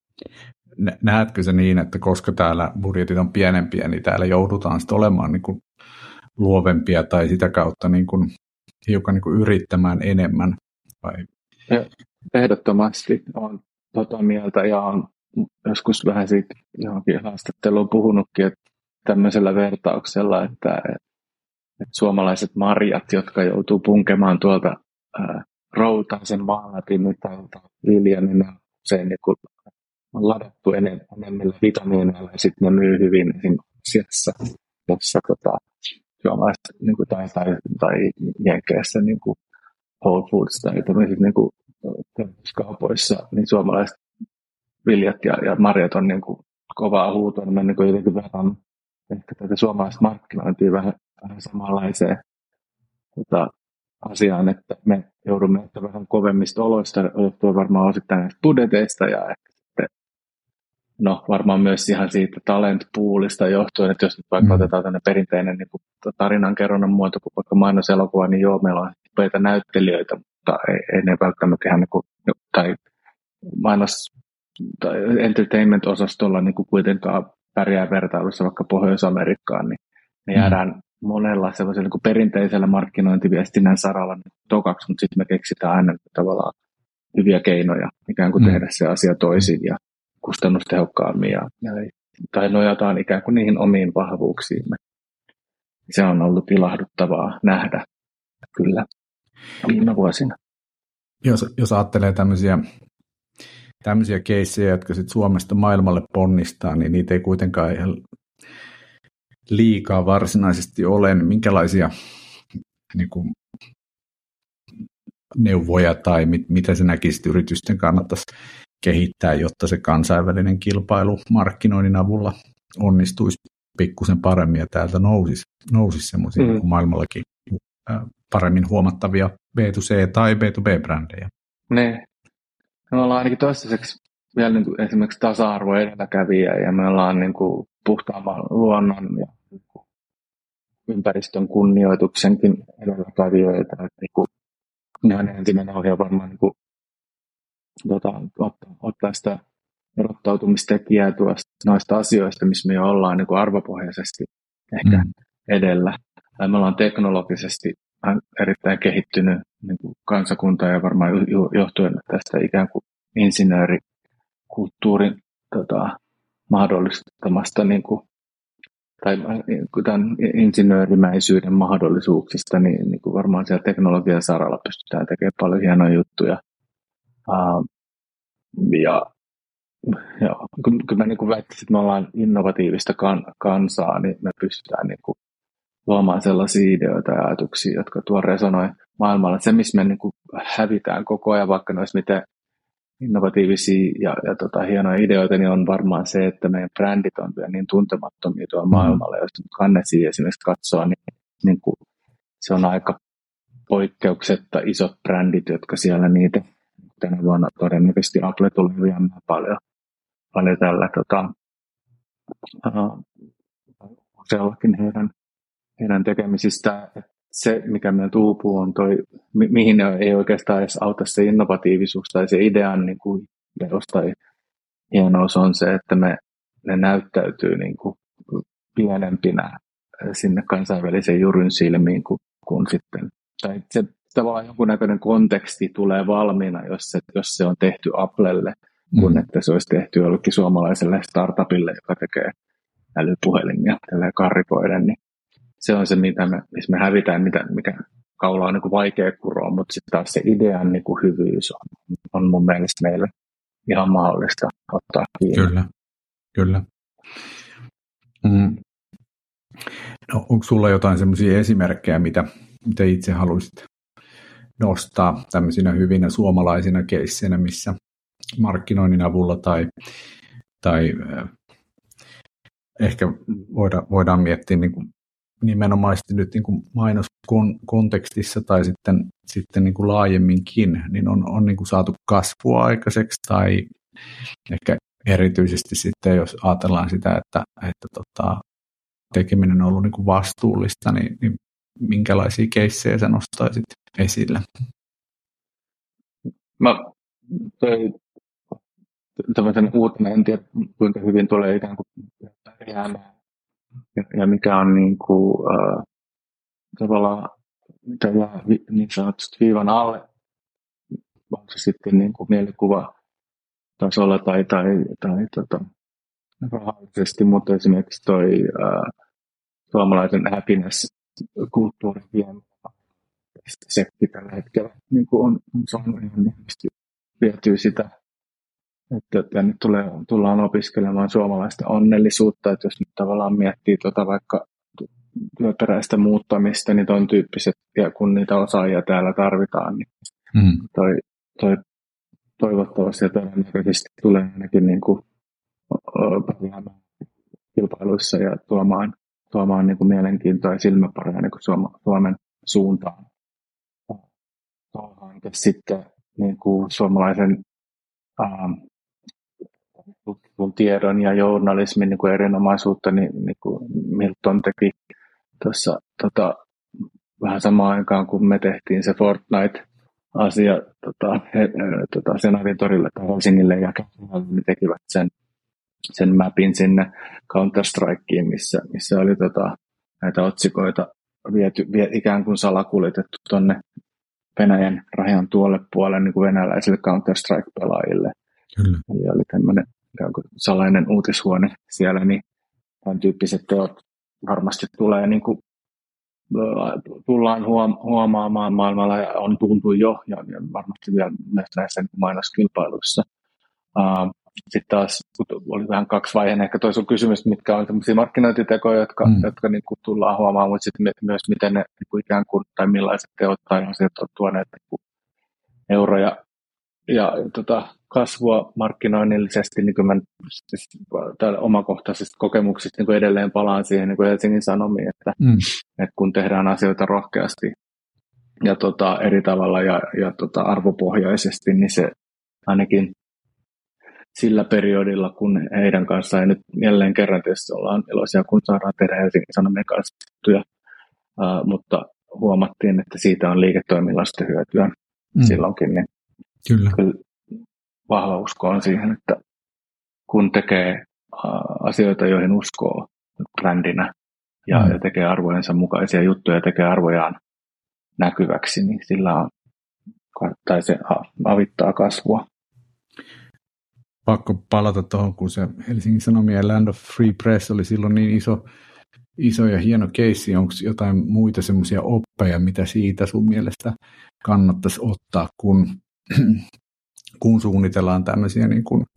S2: Näetkö se niin, että koska täällä budjetit on pienempiä, niin täällä joudutaan sitten olemaan niin kuin luovempia tai sitä kautta niin kuin hiukan niin kuin yrittämään enemmän? Vai?
S1: Ehdottomasti olen mieltä ja olen joskus vähän siitä johonkin haastatteluun puhunutkin, että tämmöisellä vertauksella, että suomalaiset marjat, jotka joutuu punkemaan tuolta routaisen maalatimmitalta viljan, niin ne on usein niin on ladattu enemmillä vitamiineilla ja sitten ne myy hyvin esimerkiksi jossa suomalaiset niin tai Jenkeissä niin kuin Whole Foods tai tämmöisissä niin kaupoissa, niin suomalaiset viljat ja marjat on niin kuin kovaa huutoa, niin mä niin jotenkin verran ehkä tätä suomalaista markkinointia vähän samanlaiseen asiaan, että me joudumme ehkä vähän kovemmista oloista, johtuen varmaan osittain näistä budjeteista ja ehkä sitten, varmaan myös ihan siitä talent-poolista johtuen, että jos nyt vaikka otetaan tämmöinen perinteinen niin tarinankerronnan muoto kuin vaikka mainoselokuva, niin joo, meillä on upeita näyttelijöitä, mutta ei ne välttämättä ihan niin kuin, tai mainos- tai entertainment-osastolla niin kuin kuitenkaan pärjää vertailussa vaikka Pohjois-Amerikkaan, niin me jäädään monella sellaisella niin perinteisellä markkinointiviestinnän saralla niin tokaksi, mutta sitten me keksitään aina tavallaan hyviä keinoja ikään kuin tehdä se asia toisin ja kustannustehokkaammin tai nojataan ikään kuin niihin omiin vahvuuksiimme. Se on ollut ilahduttavaa nähdä kyllä viime vuosina.
S2: Jos ajattelee tämmöisiä keissejä, jotka sit Suomesta maailmalle ponnistaa, niin niitä ei kuitenkaan ihan liikaa varsinaisesti ole. Minkälaisia niin kuin, neuvoja tai mitä sä näkisit yritysten kannattaisi kehittää, jotta se kansainvälinen kilpailu markkinoinnin avulla onnistuisi pikkusen paremmin ja täältä nousisi semmoisia niin maailmallakin paremmin huomattavia B2C- tai B2B-brändejä.
S1: Ne. Me ollaan ainakin toistaiseksi vielä niin kuin esimerkiksi tasa-arvo edelläkävijä ja me ollaan niin kuin puhtaamman luonnon ja ympäristön kunnioituksenkin edelläkävijöitä. Niin kuin ihan ensimmäinen ohje varmaan niin kuin, ottaa sitä erottautumistekijää noista asioista, missä me ollaan niin kuin arvopohjaisesti ehkä edellä. Tai me ollaan teknologisesti erittäin kehittynyt niin kuin kansakunta ja varmaan johtuen tästä ikään kuin insinöörikulttuurin mahdollistamasta niin kuin, tai tämän insinöörimäisyyden mahdollisuuksista, niin kuin varmaan siellä teknologian saralla pystytään tekemään paljon hienoja juttuja. Ja kun mä niin väittäisin, että me ollaan innovatiivista kansaa, niin me pystytään niin kuin luomaan sellaisia ideoita ja ajatuksia, jotka tuo resonoi maailmalla. Se, missä me niin kuin hävitään koko ajan, vaikka ne olisi miten innovatiivisia ja hienoja ideoita, niin on varmaan se, että meidän brändit on vielä niin tuntemattomia tuolla maailmalla. Jos Kannesiin esimerkiksi katsoo, niin kuin se on aika poikkeuksetta isot brändit, jotka siellä niitä tänä vuonna todennäköisesti Apple tulee viemään paljon tällä useallakin heidän tekemisistään. Se, mikä meiltä uupuu, on mihin ei oikeastaan edes auta se innovatiivisuus tai se idean niin kuin tai hienous on se, että ne näyttäytyy niin kuin pienempinä sinne kansainvälisen juryn silmiin kuin sitten. Tai se tavallaan jonkunnäköinen konteksti tulee valmiina, jos se on tehty Applelle, kun että se olisi tehty jollekin suomalaiselle startupille, joka tekee älypuhelimia tällä karrikoiden, niin se on se, missä me hävitään, mikä kaula on niin kuin vaikea kuroa, mutta sitten taas se idean niin kuin hyvyys on mun mielestä meille ihan mahdollista ottaa kiinni.
S2: Kyllä. No, onko sulla jotain semmoisia esimerkkejä, mitä itse haluaisit nostaa tämmöisinä hyvinä suomalaisina keisseinä, missä markkinoinnin avulla tai ehkä voidaan miettiä niin kuin nimenomaisesti nyt niin kuin mainoskontekstissa tai sitten niin kuin laajemminkin, niin on niin kuin saatu kasvua aikaiseksi tai ehkä erityisesti sitten, jos ajatellaan sitä, että tekeminen on ollut niin kuin vastuullista, niin minkälaisia keissejä sä nostaisit esille?
S1: Tämmöisen uutena, en tiedä kuinka hyvin tulee ikään kuin jäämään ja mikä on niin kuin, tavallaan mitä jää niin sanotusti viivan alle, onko se sitten niin kuin mielikuva tasolla tai rahallisesti, mutta esimerkiksi toi suomalaisen happiness-kulttuurin vieminen tällä hetkellä niin kuin on saanut ihan hienosti vietyä sitä, että tänne tullaan opiskelemaan suomalaista onnellisuutta, että jos nyt tavallaan miettii vaikka työperäistä muuttamista, niin ton tyyppiset, ja kun niitä osaajia täällä tarvitaan, niin toi toivottavasti ja todennäköisesti tulee ainakin niin kuin pärjäämään kilpailuissa ja tuomaan niin kuin mielenkiintoa ja silmäpareja niin kuin Suomen suuntaan. Tuo hanke sitten niin kuin suomalaisen tutkitun tiedon ja journalismin niin kuin erinomaisuutta, niin kuin Milton teki tuossa vähän samaan aikaan, kun me tehtiin se Fortnite-asia Senaatin torille tai Helsingille ja ne tekivät sen mapin sinne Counter-Strikeen, missä oli näitä otsikoita viety ikään kuin salakuljetettu tuonne Venäjän rajan tuolle puolelle niin kuin venäläisille Counter-Strike-pelaajille.
S2: Kyllä.
S1: Eli oli tämmöinen ikään kuin salainen uutishuone siellä, niin tämän tyyppiset teot varmasti tulee niin kuin, tullaan huomaamaan maailmalla ja on tuntu jo ja varmasti vielä myös näissä niin mainoskilpailuissa. Sitten taas oli vähän kaksivaiheinen ehkä toi sun kysymys, mitkä on sellaisia markkinointitekoja, jotka niin kuin tullaan huomaamaan, mutta sitten myös miten ne niin kuin ikään kuin, tai millaiset teot tai asiat on tuoneet niin kuin euroja ja kasvua markkinoinnillisesti, niin kuin mä siis, omakohtaisista kokemuksista niin kuin edelleen palaan siihen niin kuin Helsingin Sanomiin, että kun tehdään asioita rohkeasti ja eri tavalla ja arvopohjaisesti, niin se ainakin sillä periodilla, kun heidän kanssaan, ja nyt jälleen kerran tietysti ollaan iloisia, kun saadaan tehdä Helsingin Sanomien kanssa juttuja, mutta huomattiin, että siitä on liiketoiminnallista hyötyä silloinkin, niin
S2: Kyllä.
S1: Vahva usko on siihen, että kun tekee asioita, joihin uskoo brändinä ja tekee arvojensa mukaisia juttuja ja tekee arvojaan näkyväksi, niin sillä on, tai se avittaa kasvua.
S2: Pakko palata tuohon, kun se Helsingin Sanomien Land of Free Press oli silloin niin iso ja hieno keissi. Onko jotain muita semmoisia oppeja, mitä siitä sun mielestä kannattaisi ottaa, kun suunnitellaan tämmöisiä niin kuin,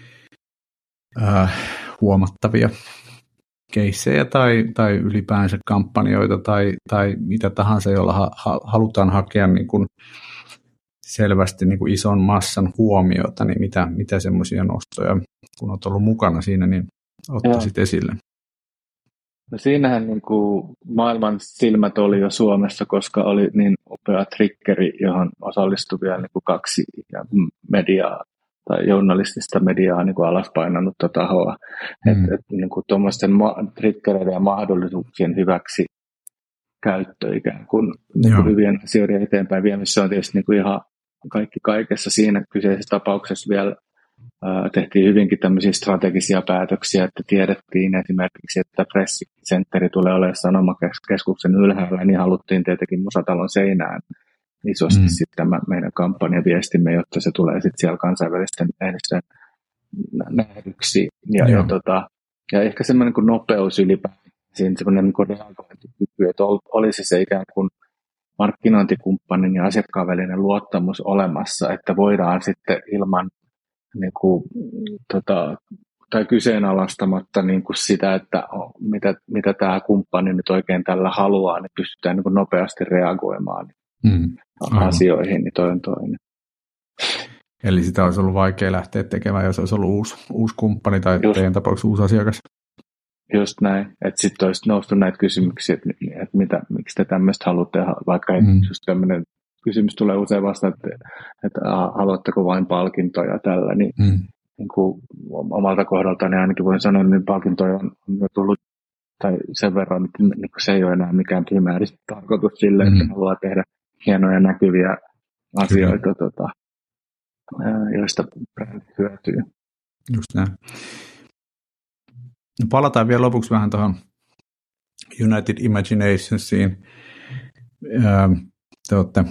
S2: huomattavia keissejä tai ylipäänsä kampanjoita tai mitä tahansa, jolla halutaan hakea niin kuin selvästi niin kuin ison massan huomiota, niin mitä semmoisia nostoja, kun olet ollut mukana siinä, niin ottaisit esille?
S1: No siinähän niin kuin maailman silmät oli jo Suomessa, koska oli niin upea triggeri, johon osallistui vielä niin kuin 2 mediaa tai journalistista mediaa niin kuin alaspainanutta tahoa. Niin kuin tuommoisten triggereiden ja mahdollisuuksien hyväksi käyttö ikään kuin hyvien asioiden eteenpäin viemistä on tietysti niin kuin ihan kaikki kaikessa. Siinä kyseisessä tapauksessa vielä tehtiin hyvinkin tämmöisiä strategisia päätöksiä, että tiedettiin esimerkiksi, että pressicentteri tulee olemaan Sanomakeskuksen ylhäällä, niin haluttiin tietenkin Musatalon seinään isosti sitten tämä meidän kampanjaviestimme, jotta se tulee sitten siellä kansainvälisten lehdistön nähdyksi. Ja ehkä semmoinen kuin nopeus ylipäätään, siinä semmoinen niin reagointikyky, että olisi se ikään kuin markkinointikumppanin ja asiakkaan välinen luottamus olemassa, että voidaan sitten ilman niin kuin, tai kyseenalaistamatta niin kuin sitä, että mitä tämä kumppani nyt oikein tällä haluaa, niin pystytään niin kuin nopeasti reagoimaan asioihin, niin toi on toinen.
S2: Eli sitä olisi ollut vaikea lähteä tekemään, jos olisi ollut uusi kumppani tai teidän tapauksessa uusi asiakas. Just
S1: näin, että sitten olisi noussut näitä kysymyksiä, että miksi te tämmöistä haluatte, vaikka just tämmöinen kysymys tulee usein vasta, että haluatteko vain palkintoja tällä, niin kuin omalta kohdaltani ainakin voin sanoa, niin palkintoja on tullut tai sen verran, että niin se ei ole enää mikään primääri tarkoitus sille, että haluaa tehdä hienoja näkyviä asioita, joista brändi hyötyy.
S2: Just näin. No, palataan vielä lopuksi vähän tuohon United Imaginationsiin. Te olette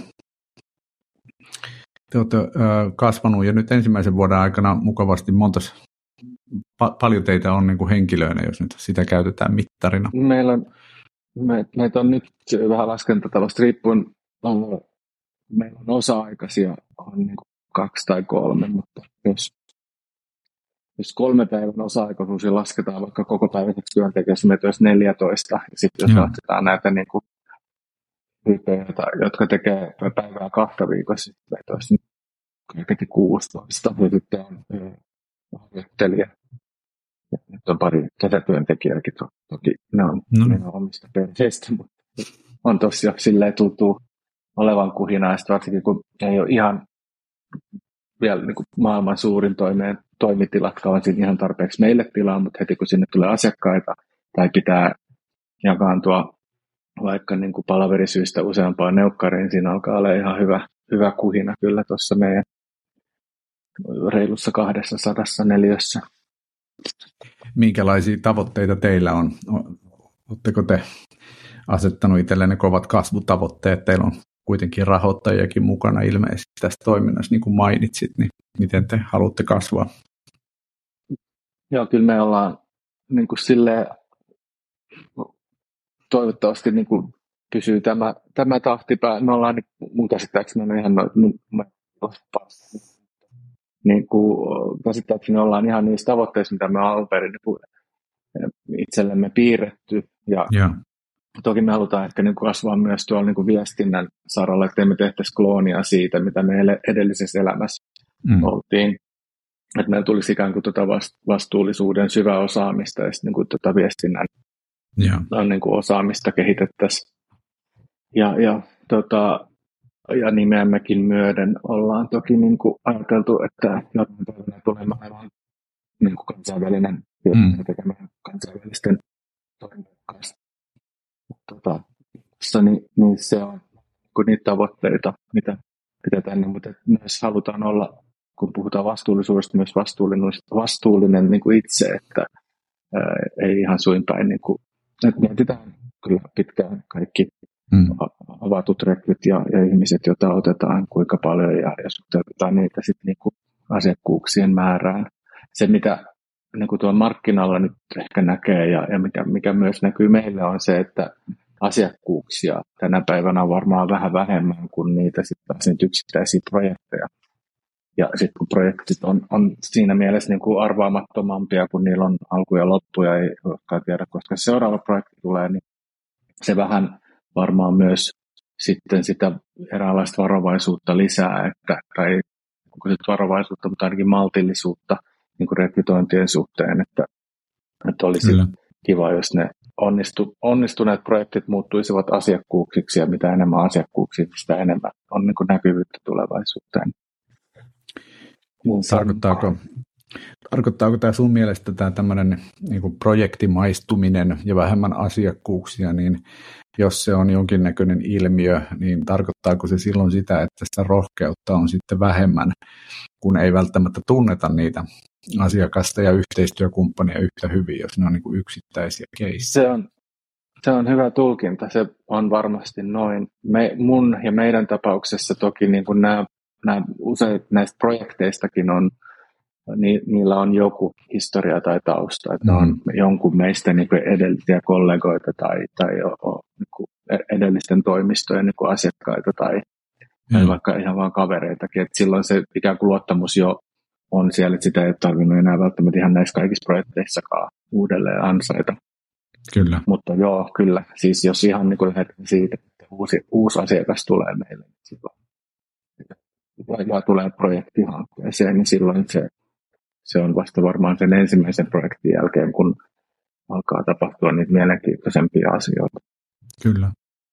S2: kasvanut jo nyt ensimmäisen vuoden aikana mukavasti paljon teitä on niin kuin henkilöinä, jos nyt sitä käytetään mittarina.
S1: Meitä on nyt vähän laskentatalosta riippuen, meillä on osa-aikaisia on niin kuin 2 tai 3, mutta jos 3 päivän osa-aikaisuus ja lasketaan vaikka koko päiväiseksi työntekijässä, meitä olisi 14, ja sitten jos lasketaan näitä niin kuin hypeitä, jotka tekee päivää 2 viikossa, meitä olisi kaiketi 16, ja sitten on harjoittelija. Nyt on pari kesätyöntekijääkin, toki ne on omista perheistä, mutta on tosiaan silleen tuntuu olevan kuhinaa, ja varsinkin kun ei ole ihan vielä niin kuin maailman suurin toimitilatkaan on siinä ihan tarpeeksi meille tilaa, mutta heti kun sinne tulee asiakkaita tai pitää jakaantua vaikka niin kuin palaverisyistä useampaan neukkariin, siinä alkaa olla ihan hyvä kuhina kyllä tuossa meidän reilussa 200 neliössä.
S2: Minkälaisia tavoitteita teillä on? Oletteko te asettanut itsellenne kovat kasvutavoitteet? Teillä on kuitenkin rahoittajiakin mukana ilmeisesti tässä toiminnassa, niin kuin mainitsit, niin miten te haluatte kasvaa?
S1: Joo, kyllä me ollaan niin kuin silleen, toivottavasti niin kuin pysyy tämä tahti päällä. Me ollaan mun käsittääkseni ihan niin kuin käsittääkseni ollaan ihan niissä tavoitteissa, mitä me on alun perin itsellemme piirretty. Ja toki me halutaan ehkä niin kuin kasvaa myös tuolla niin kuin viestinnän saralla, ettei me tehtäisi kloonia siitä, mitä me edellisessä elämässä oltiin. että meillä tulisi ikään kuin vastuullisuuden syvä osaamista ja sitten niin kuin viestinnän niin kuin osaamista kehitettäisiin. Ja nimeämmekin myöden ollaan toki niin kuin ajateltu, että jotain päivänä tulee maailman niin kuin kansainvälinen tekemään kansainvälisten toimijoiden kanssa. Niin se on niitä tavoitteita, mitä tänne, mutta myös halutaan olla, kun puhutaan vastuullisuudesta, myös vastuullinen niin kuin itse, että ei ihan suinpäin, niin kuin, että mietitään kyllä pitkään kaikki avatut rekryt ja ihmiset, joita otetaan, kuinka paljon ja suhteutetaan niitä sitten niin kuin asiakkuuksien määrään. Se, mitä niin kuin tuolla markkinalla nyt ehkä näkee ja mikä myös näkyy meille, on se, että asiakkuuksia tänä päivänä on varmaan vähän vähemmän kuin niitä sitten yksittäisiä projekteja. Ja sitten kun projektit on siinä mielessä niin kuin arvaamattomampia, kun niillä on alku ja loppu ja ei koskaan tiedä, koska seuraava projekti tulee, niin se vähän varmaan myös sitten sitä eräänlaista varovaisuutta lisää, tai varovaisuutta, mutta ainakin maltillisuutta niin kuin rekrytointien suhteen, että olisi kiva, jos ne onnistuneet projektit muuttuisivat asiakkuuksiksi, ja mitä enemmän asiakkuuksia, sitä enemmän on niin kuin näkyvyyttä tulevaisuuteen.
S2: Tarkoittaako tämä sun mielestä tämä tämmöinen niin kuin projektimaistuminen ja vähemmän asiakkuuksia, niin jos se on jonkinnäköinen ilmiö, niin tarkoittaako se silloin sitä, että sitä rohkeutta on sitten vähemmän, kun ei välttämättä tunneta niitä asiakasta ja yhteistyökumppania yhtä hyvin, jos ne on niin kuin yksittäisiä keissejä?
S1: Se on hyvä tulkinta, se on varmasti noin. Mun ja meidän tapauksessa toki niin kuin nämä useat näistä projekteistakin on, niillä on joku historia tai tausta, että on jonkun meistä niin kuin edellisiä kollegoita tai niin kuin edellisten toimistojen niin kuin asiakkaita tai vaikka ihan vaan kavereitakin, että silloin se ikään kuin luottamus jo on siellä, että sitä ei ole tarvinnut enää välttämättä ihan näissä kaikissa projekteissakaan uudelleen ansaita. Kyllä. Mutta joo, kyllä. Siis jos ihan niin kuin lähdetään siitä, että uusi asiakas tulee meille, niin silloin tulee projektihankkeeseen, niin silloin se on vasta varmaan sen ensimmäisen projektin jälkeen, kun alkaa tapahtua niitä mielenkiintoisempia asioita.
S2: Kyllä.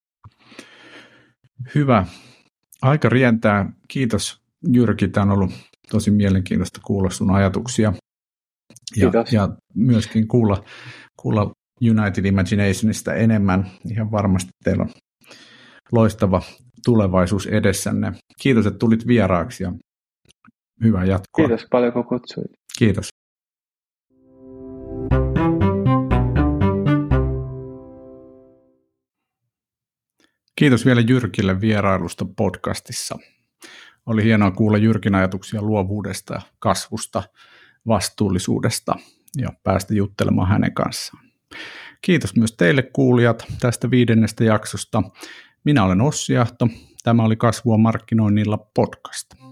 S2: Hyvä. Aika rientää. Kiitos Jyrki. Tämä on ollut tosi mielenkiintoista kuulla sun ajatuksia. Ja myöskin kuulla United Imaginationista enemmän. Ihan varmasti teillä on loistava tulevaisuus edessänne. Kiitos, että tulit vieraaksi ja hyvää jatkoa.
S1: Kiitos paljon, kun kutsuit.
S2: Kiitos. Kiitos vielä Jyrkille vierailusta podcastissa. Oli hienoa kuulla Jyrkin ajatuksia luovuudesta, kasvusta, vastuullisuudesta ja päästä juttelemaan hänen kanssaan. Kiitos myös teille kuulijat tästä 5. jaksosta. Minä olen Ossi Ahto. Tämä oli Kasvua markkinoinnilla podcast.